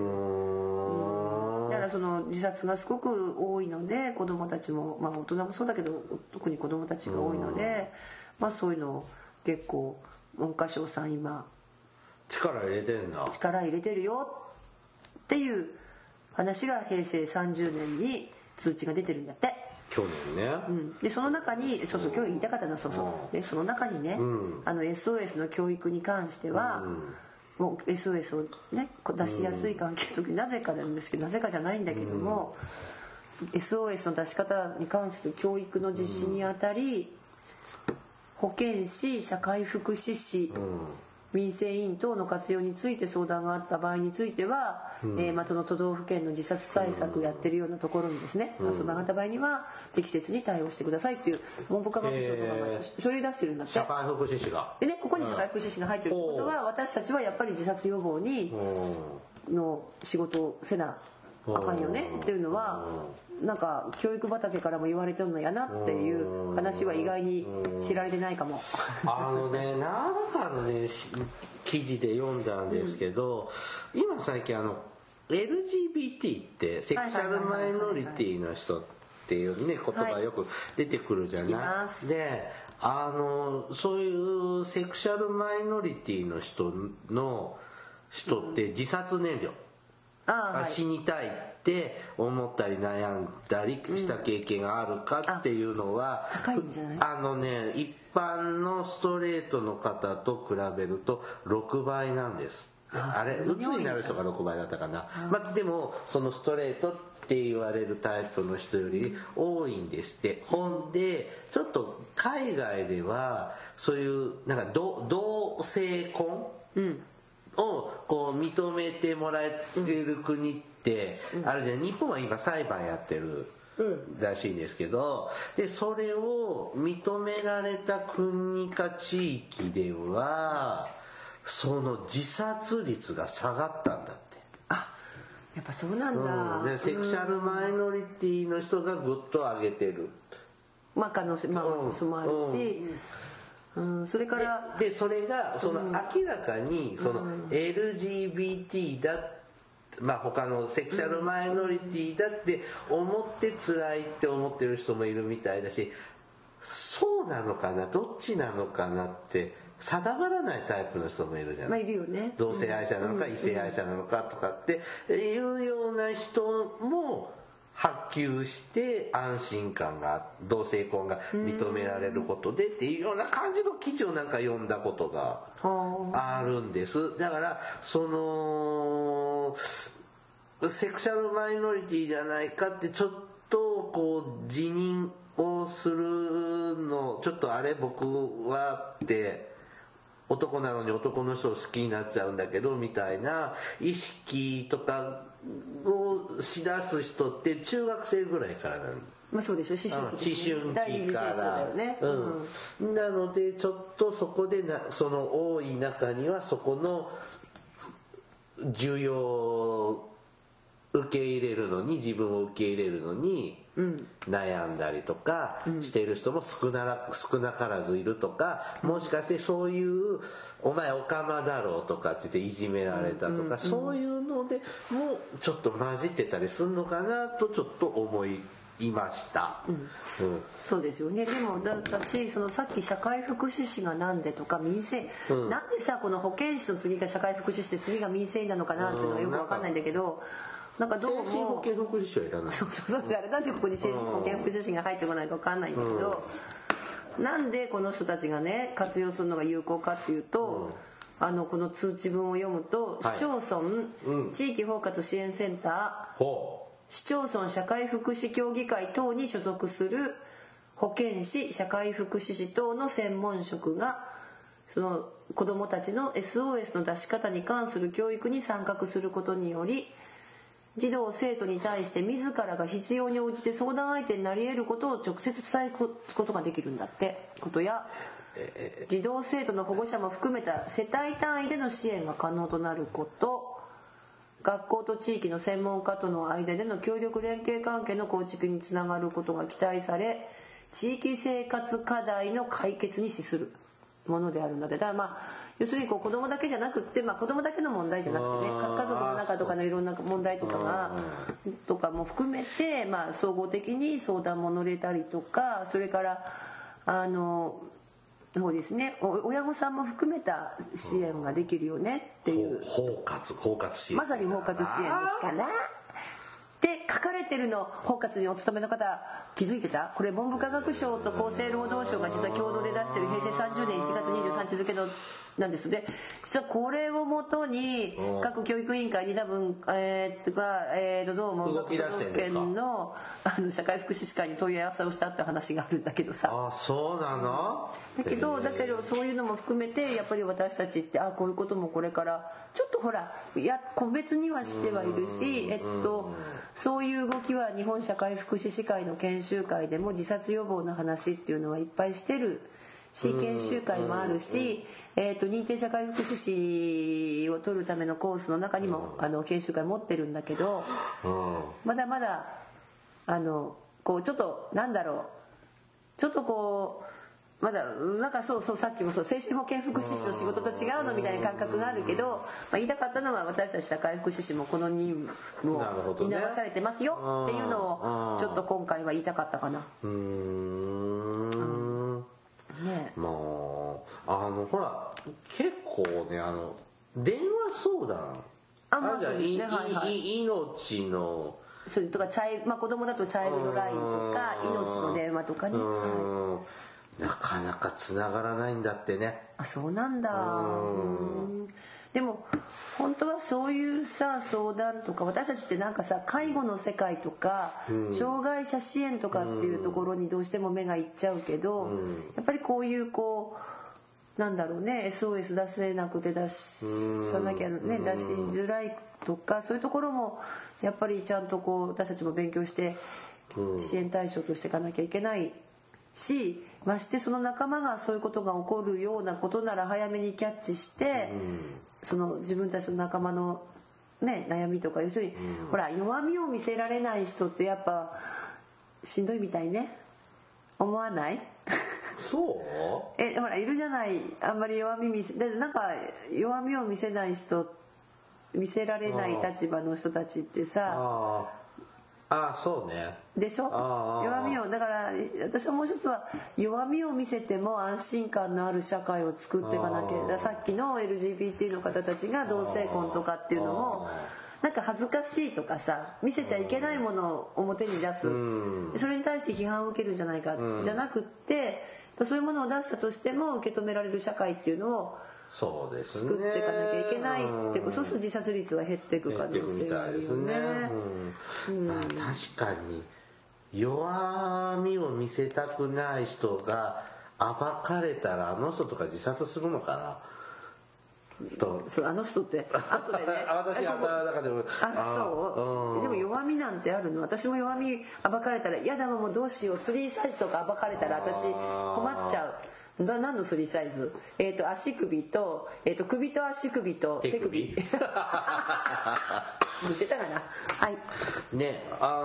[SPEAKER 2] だからその自殺がすごく多いので、子どもたちもまあ大人もそうだけど特に子どもたちが多いので、まあそういうのを結構文科省さん今
[SPEAKER 1] 力入れてんだ。
[SPEAKER 2] 力入れてるよっていう話が平成30年に通知が出てるんだって。
[SPEAKER 1] 去年ね。
[SPEAKER 2] でその中に今日言いたかったのはでその中にね、SOS の教育に関しては、もう SOS をね出しやすい環境となぜかなんですけど、なぜかじゃないんだけども、SOS の出し方に関する教育の実施にあたり、保健師、社会福祉士、民生委員等の活用について相談があった場合については、その都道府県の自殺対策をやってるようなところにですね、相談があった場合には適切に対応してくださいっていう文部科学省とかが書類出してるんだって。
[SPEAKER 1] 社会福祉士が。
[SPEAKER 2] でね、ここに社会福祉士が入ってるってことは、私たちはやっぱり自殺予防にの仕事をせなあかんよねっていうのは、なんか教育畑からも言われてるのやなっていう話は意外に知られてないかも。
[SPEAKER 1] なんかのね記事で読んだんですけど、今最近LGBT ってセクシャルマイノリティの人っていうね言葉よく出てくるじゃない。でそういうセクシャルマイノリティの人って自殺燃料、死にたいって思ったり悩んだりした経験があるかっていうのは、
[SPEAKER 2] 高いんじゃない？
[SPEAKER 1] 一般のストレートの方と比べると6倍なんです。うつになる人が6倍だったかな。でもそのストレートって言われるタイプの人より多いんですって。ほんでちょっと海外ではそういうなんか同性婚、をこう認めてもらえる国ってあるじゃん。日本は今裁判やってるらしいんですけど、でそれを認められた国か地域ではその自殺率が下がったんだって。
[SPEAKER 2] やっぱそうなんだ。
[SPEAKER 1] でセクシャルマイノリティの人がぐっと上げてる。
[SPEAKER 2] 可能性もあるし。それから
[SPEAKER 1] でそれがその明らかにその LGBT だ、他のセクシャルマイノリティだって思って辛いって思ってる人もいるみたいだし、そうなのかなどっちなのかなって定まらないタイプの人もいるじゃない。
[SPEAKER 2] いるよね。
[SPEAKER 1] 同性愛者なのか異性愛者なのかとかっていうような人も発給して安心感が同性婚が認められることでっていうような感じの記事をなんか読んだことがあるんです。だからそのセクシャルマイノリティじゃないかってちょっとこう自認をするのちょっと僕はって男なのに男の人を好きになっちゃうんだけどみたいな意識とかをしだす人って中学生ぐらいからなん
[SPEAKER 2] そうでしょ。思春期から
[SPEAKER 1] なのでちょっとそこでその多い中にはそこの需要を受け入れるのに自分を受け入れるのに悩んだりとかしている人も少なからずいるとか、もしかしてそういうお前オカマだろうとかって言っていじめられたとか、そういうのでもちょっと混じってたりするのかなとちょっと思いました。
[SPEAKER 2] そうですよね。でも私そのさっき社会福祉士がなんでとか民生、なんでさこの保健師の次が社会福祉士で次が民生委員なのかなっていうのがよくわかんないんだけど。なんかどうも
[SPEAKER 1] 精神保健福祉士はいらない。
[SPEAKER 2] だからなんでここに精神保健福祉士が入ってこないか分かんないんだけど、なんでこの人たちがね活用するのが有効かっていうと、この通知文を読むと、市町村、地域包括支援センター、市町村社会福祉協議会等に所属する保健師社会福祉士等の専門職がその子どもたちの SOS の出し方に関する教育に参画することにより、児童生徒に対して自らが必要に応じて相談相手になり得ることを直接伝えることができるんだってことや、児童生徒の保護者も含めた世帯単位での支援が可能となること、学校と地域の専門家との間での協力連携関係の構築につながることが期待され、地域生活課題の解決に資するものであるので、だから要するに子供だけじゃなくって、子供だけの問題じゃなくてね、家族の中とかのいろんな問題とかも含めて、総合的に相談も乗れたりとか、それからそうですね、親御さんも含めた支援ができるよねっていう、
[SPEAKER 1] 包括支援、
[SPEAKER 2] まさに包括支援ですからで書かれてるの。包括にお勤めの方気づいてた？これ文部科学省と厚生労働省が実は共同で出してる平成30年1月23日付のなんですね。実はこれをもとに各教育委員会に多分どうも
[SPEAKER 1] 動き出してるんですか？
[SPEAKER 2] の社会福祉士会に問い合わせをしたって話があるんだけどさ。
[SPEAKER 1] あ、そうなの？
[SPEAKER 2] だけどそういうのも含めてやっぱり私たちってこういうこともこれからちょっとほら個別にはしてはいるし、そういう動きは日本社会福祉士会の研修会でも自殺予防の話っていうのはいっぱいしてるし、研修会もあるし、認定社会福祉士を取るためのコースの中にも研修会持ってるんだけど、まだまだこうちょっとなんだろう、ちょっとこうまだなんかそうさっきも精神保健福祉士の仕事と違うのみたいな感覚があるけど、言いたかったのは私たち社会福祉士もこの任務を担わされてますよっていうのをちょっと今回は言いたかったかな。ね、
[SPEAKER 1] もうほら結構ね電話相談あるじゃん、命の
[SPEAKER 2] それとか子供だとチャイルドラインとか命の電話とかね、
[SPEAKER 1] なかなか繋がらないんだってね。
[SPEAKER 2] そうなんだ。でも本当はそういうさ相談とか、私たちってなんかさ介護の世界とか、障害者支援とかっていうところにどうしても目がいっちゃうけど、やっぱりこういうなんだろうね、 SOS 出せなくて出さなきゃね、出しづらいとか、そういうところもやっぱりちゃんと私たちも勉強して支援対象としていかなきゃいけないし、ましてその仲間がそういうことが起こるようなことなら早めにキャッチして、その自分たちの仲間のね悩みとか、要するに、ほら弱みを見せられない人ってやっぱしんどいみたいね、思わない？
[SPEAKER 1] そう？
[SPEAKER 2] ほらいるじゃない、あんまり弱みなんか弱みを見せない人、見せられない立場の人たちってさ、
[SPEAKER 1] そうね。
[SPEAKER 2] でしょ？弱みを、だから私はもう一つは弱みを見せても安心感のある社会を作っていかなきゃ。さっきの LGBT の方たちが同性婚とかっていうのもなんか恥ずかしいとかさ、見せちゃいけないものを表に出す、それに対して批判を受けるんじゃないか、じゃなくって、そういうものを出したとしても受け止められる社会っていうのを作っていかなきゃいけないって、そうすると自殺率は減っていく可能性があるよね。
[SPEAKER 1] 確かに弱みを見せたくない人が暴かれたら、あの人とか自殺するのかな
[SPEAKER 2] あの人って後でね
[SPEAKER 1] 私頭の中でも
[SPEAKER 2] そう、でも弱みなんてあるの？私も弱み暴かれたら嫌だもん、どうしよう、3サイズとか暴かれたら私困っちゃう。何の3サイズ？足首と、首と足首と手首似てたかな。はい
[SPEAKER 1] ね、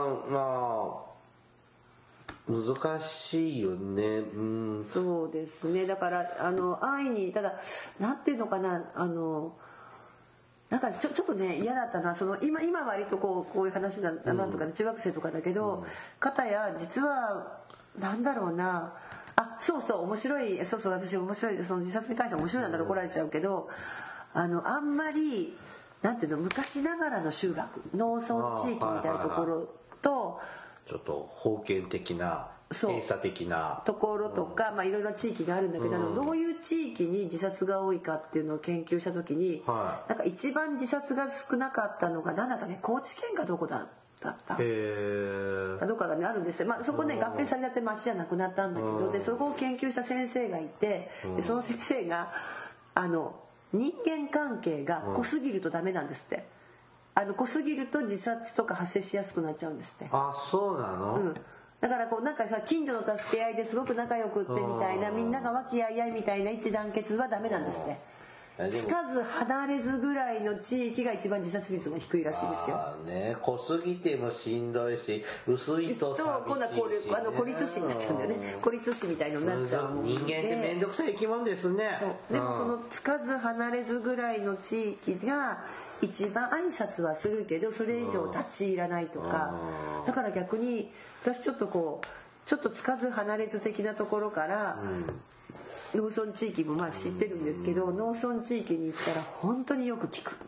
[SPEAKER 1] 難しいよね。
[SPEAKER 2] そうですね。だから安易に、ただなんていうのかな、なんかちょっとね嫌だったな。今割とこういう話だったなとかで、中学生とかだけど、片や実はなんだろうな。そう面白い、私面白い、その自殺に関しては面白いなんだろう、怒られちゃうけど、あんまりなんていうの、昔ながらの集落、農村地域みたいなところと
[SPEAKER 1] ちょっと封建的な閉鎖的な
[SPEAKER 2] ところとか、いろいろ地域があるんだけど、どういう地域に自殺が多いかっていうのを研究した時に、なんか一番自殺が少なかったのがなんだかね、高知県かどこだったどっかがねあるんですよ。そこね合併されちゃって町じゃなくなったんだけど、でそこを研究した先生がいて、でその先生が人間関係が濃すぎるとダメなんですって。濃すぎると自殺とか発生しやすくなっちゃうんですって。
[SPEAKER 1] そうなの？
[SPEAKER 2] だからなんかさ、近所の助け合いですごく仲良くってみたいな、みんなが和気あいあいみたいな一致団結はダメなんですって。つかず離れずぐらいの地域が一番自殺率が低いらしいですよ。
[SPEAKER 1] 濃すぎてもしんどいし、薄いと寂しいし、ね、
[SPEAKER 2] 今度は孤立死になっちゃうんだよね。孤立死みたいのになっちゃうもんで。
[SPEAKER 1] 人間ってめんどくさい生き物ですね。
[SPEAKER 2] でもそのつかず離れずぐらいの地域が一番挨拶はするけどそれ以上立ち入らないとか、だから逆に私ちょっとちょっとつかず離れず的なところから、農村地域もまあ知ってるんですけど、農村地域に行ったら本当によく聞く。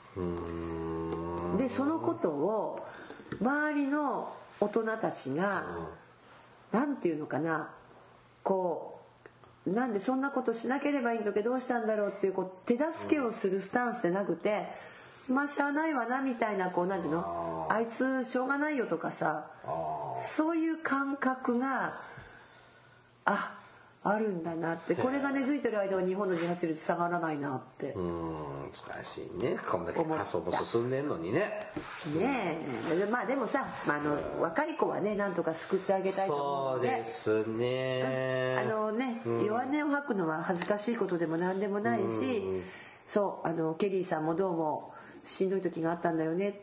[SPEAKER 2] でそのことを周りの大人たちがなんていうのかな、こうなんでそんなことしなければいいんだけどどうしたんだろうっていう、こう手助けをするスタンスでなくて、まあしゃあないわなみたいな、こうなんていうの、あいつしょうがないよとかさ、そういう感覚があるんだなって。これが根付いてる間は日本の自発率下がらないなって。
[SPEAKER 1] 難しいね、こんだけ仮想も進んでんのにね。
[SPEAKER 2] ねえ、まあでもさ、若い子はねなんとか救ってあげたいと思うので。
[SPEAKER 1] そうですね。
[SPEAKER 2] 弱音を吐くのは恥ずかしいことでも何でもないし、そうケリーさんもどうもしんどい時があったんだよね。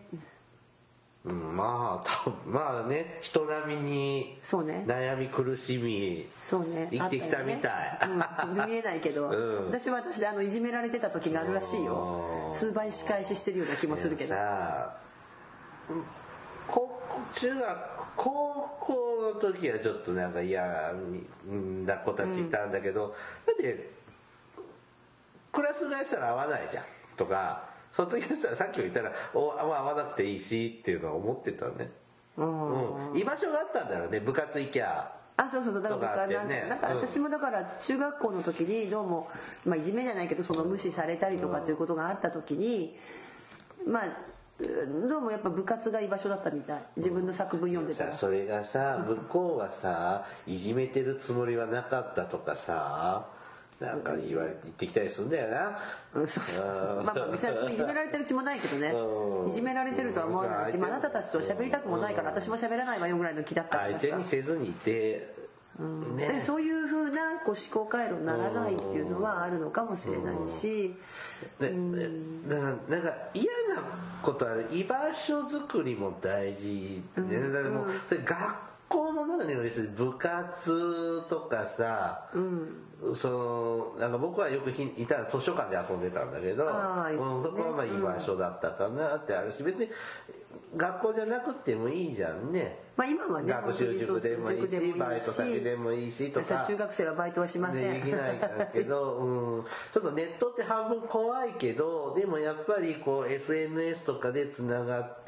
[SPEAKER 1] まあね、人並みに悩み苦しみ生きてきたみたい。
[SPEAKER 2] 見えないけど、私は私でいじめられてた時があるらしいよ。数倍仕返ししてるような気もするけど。
[SPEAKER 1] 中学高校の時はちょっとなんか嫌な子たちいたんだけど、だってクラス替えしたら合わないじゃんとか。卒業したらさっきも言ったら会わなくていいしっていうのは思ってたね。居場所があったんだろうね、部活行きゃ。
[SPEAKER 2] そうだからなんか私もだから中学校の時にどうも、いじめじゃないけどその無視されたりとかっていうことがあった時に、どうもやっぱ部活が居場所だったみたい。自分の作文読んでたら。
[SPEAKER 1] それがさ、向こうはさいじめてるつもりはなかったとかさ、なんか言ってきたりするんだよな。
[SPEAKER 2] 別にいじめられてる気もないけどね。いじめられてるとは思わないし、あなたたちと喋りたくもないから私も喋らないわよぐらいの気だったからさ。
[SPEAKER 1] 相手にせずにいて、
[SPEAKER 2] そういう風な思考回路にならないっていうのはあるのかもしれないし、
[SPEAKER 1] なんか嫌なことは居場所づくりも大事で、学校の中には別に部活とかさ、なんか僕はよくいたら図書館で遊んでたんだけど、そこは居場所だったかなってあるし、別に学校じゃなくてもいいじゃんね。
[SPEAKER 2] 今はね、
[SPEAKER 1] 学習塾でもいいし、バイト先でもいいしとか。
[SPEAKER 2] 中学生はバイトはしません。
[SPEAKER 1] できないんだけど、ちょっとネットって半分怖いけど、でもやっぱりこう SNS とかでつながって、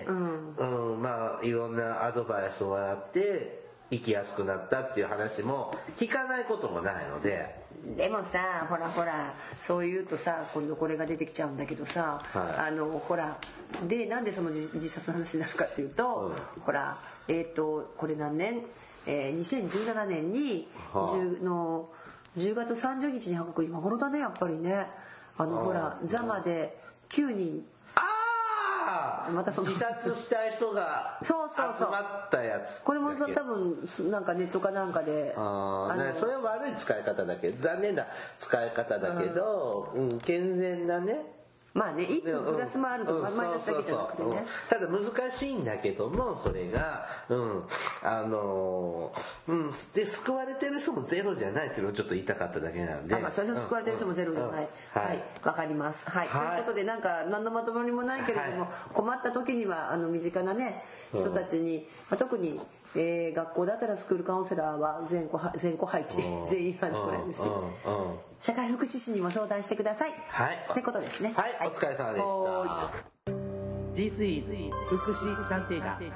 [SPEAKER 1] いろんなアドバイスをもらって生きやすくなったっていう話も聞かないこともないので。
[SPEAKER 2] でもさ、ほらそう言うとさ、今度これが出てきちゃうんだけどさ、でなんでその自殺の話になるかっていうと、これ何年2017年に10月30日に発覚、今頃だねやっぱりね。ザマで9人
[SPEAKER 1] また自殺したい人が集まったやつ。
[SPEAKER 2] これも多分なんかネットかなんかで、
[SPEAKER 1] それは悪い使い方だけど、残念な使い方だけど、健全なね。
[SPEAKER 2] 一個プラスもあると、マイナスだけじゃなくてね。
[SPEAKER 1] ただ難しいんだけども、それがで救われてる人もゼロじゃないっていうのをちょっと言いたかっただけなんで。
[SPEAKER 2] それは救われてる人もゼロじゃない。わかります。ということで、なんか何のまとまりもないけれども、困った時には身近なね人たちに、特に学校だったらスクールカウンセラーは全校配置全員もらえるし、社会福祉士にも相談してください。ってことですね。
[SPEAKER 1] お疲れ様でした。
[SPEAKER 3] This is 福祉探偵団。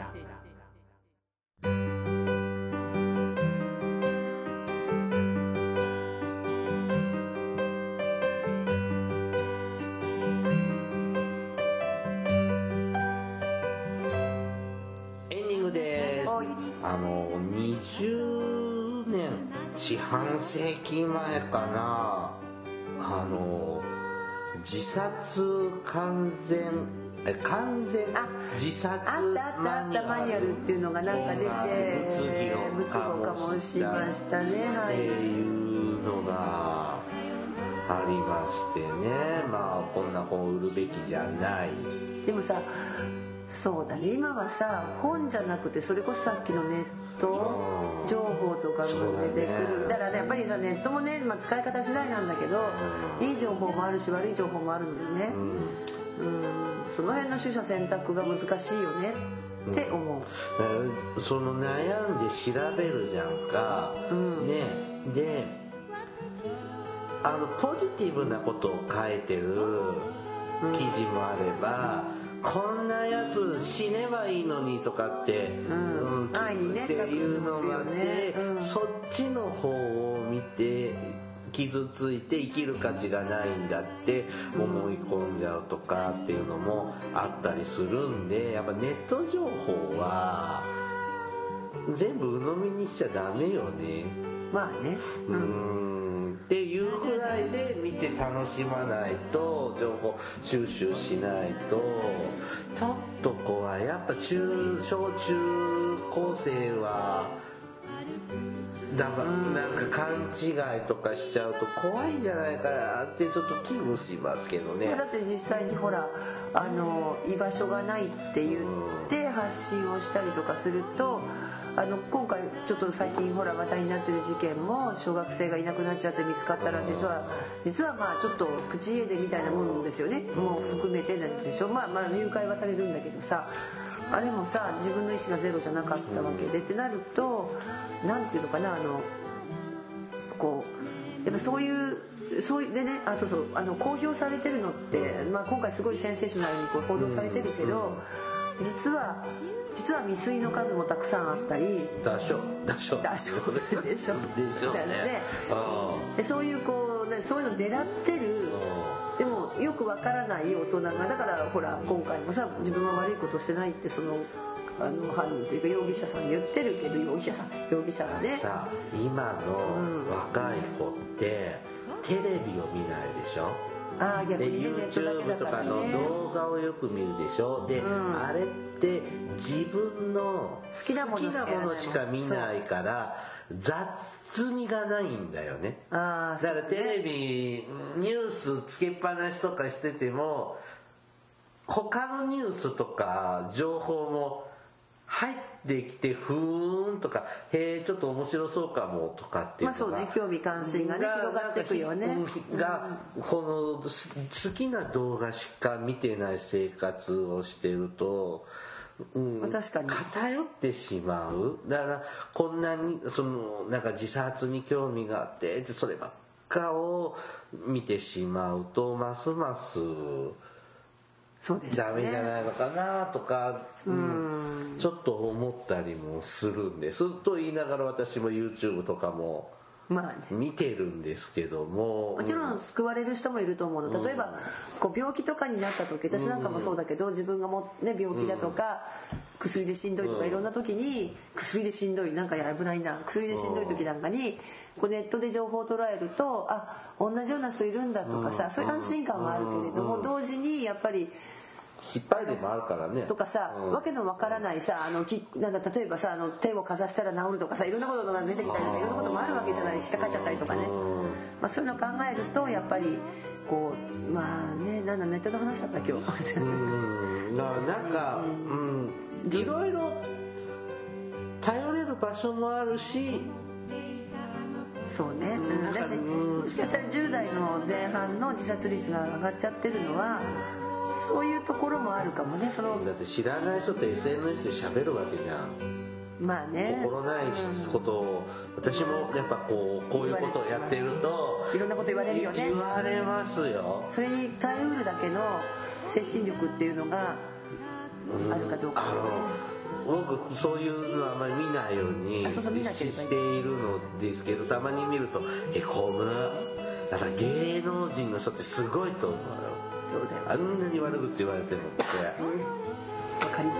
[SPEAKER 1] エンディングです。20年四半世紀前かな、自殺完全自殺
[SPEAKER 2] あったマニュアルっていうのがなんか出て、物議かもしましたね。
[SPEAKER 1] っていうのがありましてね。こんな本売るべきじゃない。
[SPEAKER 2] でもさ、そうだね、今はさ本じゃなくて、それこそさっきのネット情報とかが出てくる。だからね、やっぱりさネットもね、使い方次第なんだけど、いい情報もあるし悪い情報もあるのでね、その辺の取捨選択が難しいよね。 って思
[SPEAKER 1] う、その悩んで調べるじゃんか、ね、でポジティブなことを書いてる記事もあれば、こんなやつ死ねばいいのにとかって
[SPEAKER 2] 安易にね
[SPEAKER 1] っていうのもあって、そっちの方を見て傷ついて生きる価値がないんだって思い込んじゃうとかっていうのもあったりするんで、やっぱネット情報は全部鵜呑みにしちゃダメよね。
[SPEAKER 2] まあね、
[SPEAKER 1] っていうぐらいで見て楽しまないと、情報収集しないとちょっと怖い。やっぱ小中高生はなんか勘違いとかしちゃうと怖いんじゃないかなってちょっと危惧しますけどね。
[SPEAKER 2] だって実際にほら居場所がないって言って発信をしたりとかすると、今回ちょっと最近ほら話題になってる事件も、小学生がいなくなっちゃって見つかったら、実はまあちょっとプチ家出みたいなもんですよね、もう含めてなんでしょ。まあ誘拐はされるんだけどさ、あれもさ自分の意思がゼロじゃなかったわけで、ってなるとなんていうのかな、こうやっぱそういうでね、公表されてるのって、今回すごいセンセーショナルにこう報道されてるけど、実は未遂の数もたくさんあったり、
[SPEAKER 1] でしょ
[SPEAKER 2] でしょだよね。でそういうこう、ね、そういうの狙ってる、でもよくわからない大人が、だからほら今回もさ、自分は悪いことをしてないって犯人というか容疑者さん言ってるけど、容疑者がね、
[SPEAKER 1] さ、今の若い子ってテレビを見ないでしょ。
[SPEAKER 2] 逆にね、ネットだけ
[SPEAKER 1] YouTube とかの動画をよく見るでしょ。で、あれって自分の好きなものしか見ないから雑味がないんだよね。だからテレビニュースつけっぱなしとかしてても、他のニュースとか情報も入ってきて、ふーんとか、へーちょっと面白そうかもとかっていうのが、
[SPEAKER 2] そうね、興味関心がね広がっていくよね。
[SPEAKER 1] この好きな動画しか見てない生活をしてると、
[SPEAKER 2] 確かに
[SPEAKER 1] 偏ってしまう。だからこんなになんか自殺に興味があってそればっかを見てしまうと、ますます
[SPEAKER 2] そうですね、
[SPEAKER 1] ダメじゃないのかなとか、ちょっと思ったりもするんです。と言いながら私も YouTube とかも見てるんですけども、
[SPEAKER 2] もちろん救われる人もいると思うの。例えばこう病気とかになった時、私なんかもそうだけど、自分が病気だとか、薬でしんどいとかいろんな時に、薬でしんどい、なんか危ないな、薬でしんどい時なんかにこうネットで情報を捉えると、同じような人いるんだとかさ、そういう安心感はあるけれども、同時にやっぱり
[SPEAKER 1] 失敗でもあるからね
[SPEAKER 2] とかさ、わけのわからないさ、なんだ例えばさ、手をかざしたら治るとかさ、いろんなことが出てきたりとか、いろんなこともあるわけじゃない、引っかかっちゃったりとかね、そういうのを考えるとやっぱりこう、ネットの話だった今日。
[SPEAKER 1] なんか、いろいろ頼れる場所もあるし、
[SPEAKER 2] そうね、私もしかしたら10代の前半の自殺率が上がっちゃってるのはそういうところもあるかもね。
[SPEAKER 1] だって知らない人って SNS で喋るわけじゃん。
[SPEAKER 2] まあね、
[SPEAKER 1] 心ないことを、私もやっぱこういうことをやってると
[SPEAKER 2] いろんなこと言われるよね。
[SPEAKER 1] 言われますよ。
[SPEAKER 2] それに耐えうるだけの精神力っていうのがあるかどうか、
[SPEAKER 1] 僕そういうのはあまり見ないようにしているのですけど、たまに見るとへこむ。だから芸能人の人ってすごいと思うよ。
[SPEAKER 2] そうだよ、
[SPEAKER 1] あんなに悪口言われてもって
[SPEAKER 2] わかります、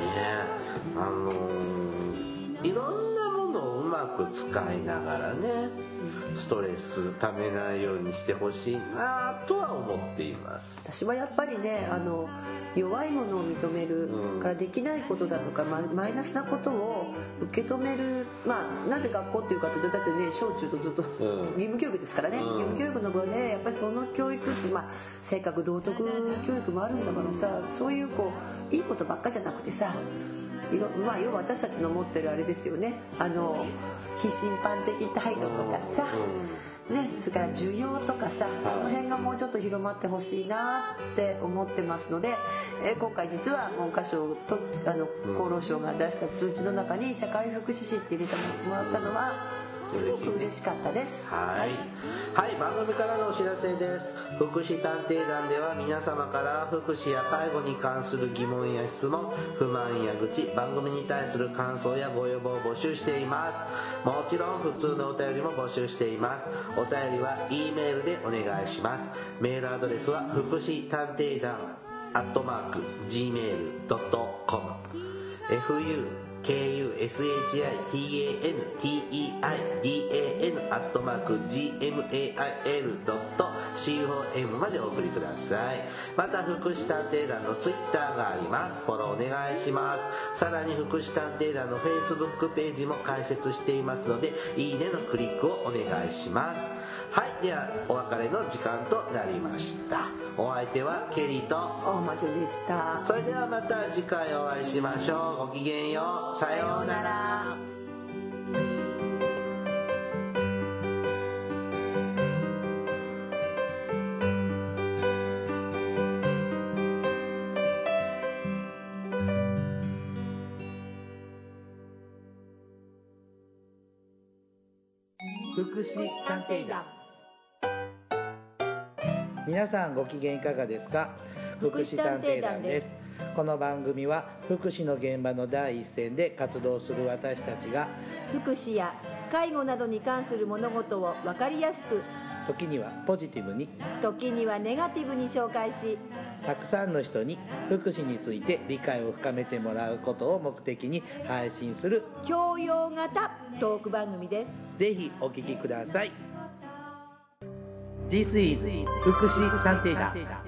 [SPEAKER 1] いろんなものをうまく使いながらね、ストレスためないようにしてほしいなとは思っています。
[SPEAKER 2] 私はやっぱりね、弱いものを認めるから、できないことだとか、マイナスなことを受け止める、なんで学校っていうかと、だってね、小中とずっと義務教育ですからね、義務教育の場でやっぱりその教育って、性格道徳教育もあるんだからさ、そういういいことばっかじゃなくてさ、要は私たちの持ってるあれですよね、非審判的態度とかさ、 ね、それから需要とかさ、この辺がもうちょっと広まってほしいなって思ってますので、今回実は文科省と厚労省が出した通知の中に社会福祉士って入れてもらったのはすごく嬉しかったです。
[SPEAKER 1] はい、はい、番組からのお知らせです。福祉探偵団では皆様から福祉や介護に関する疑問や質問、不満や愚痴、番組に対する感想やご要望を募集しています。もちろん普通のお便りも募集しています。お便りは E メールでお願いします。メールアドレスは福祉探偵団@gmail.com fukushitanteidan@gmail.com までお送りください。また福祉探偵団のツイッターがあります。フォローお願いします。さらに福祉探偵団の Facebook ページも開設していますので、いいねのクリックをお願いします。はい、ではお別れの時間となりました。お相手はケリーと
[SPEAKER 2] 大魔女でした。
[SPEAKER 1] それではまた次回お会いしましょう。ごきげんよう。さようなら。
[SPEAKER 3] 福祉探偵団。皆さんご機嫌いかがですか？福祉探偵団です。この番組は福祉の現場の第一線で活動する私たちが
[SPEAKER 4] 福祉や介護などに関する物事を分かりやすく、
[SPEAKER 3] 時にはポジティブに、
[SPEAKER 4] 時にはネガティブに紹介し、
[SPEAKER 3] たくさんの人に福祉について理解を深めてもらうことを目的に配信する
[SPEAKER 4] 教養型トーク番組です。
[SPEAKER 3] ぜひお聞きください。This is 福祉探偵団。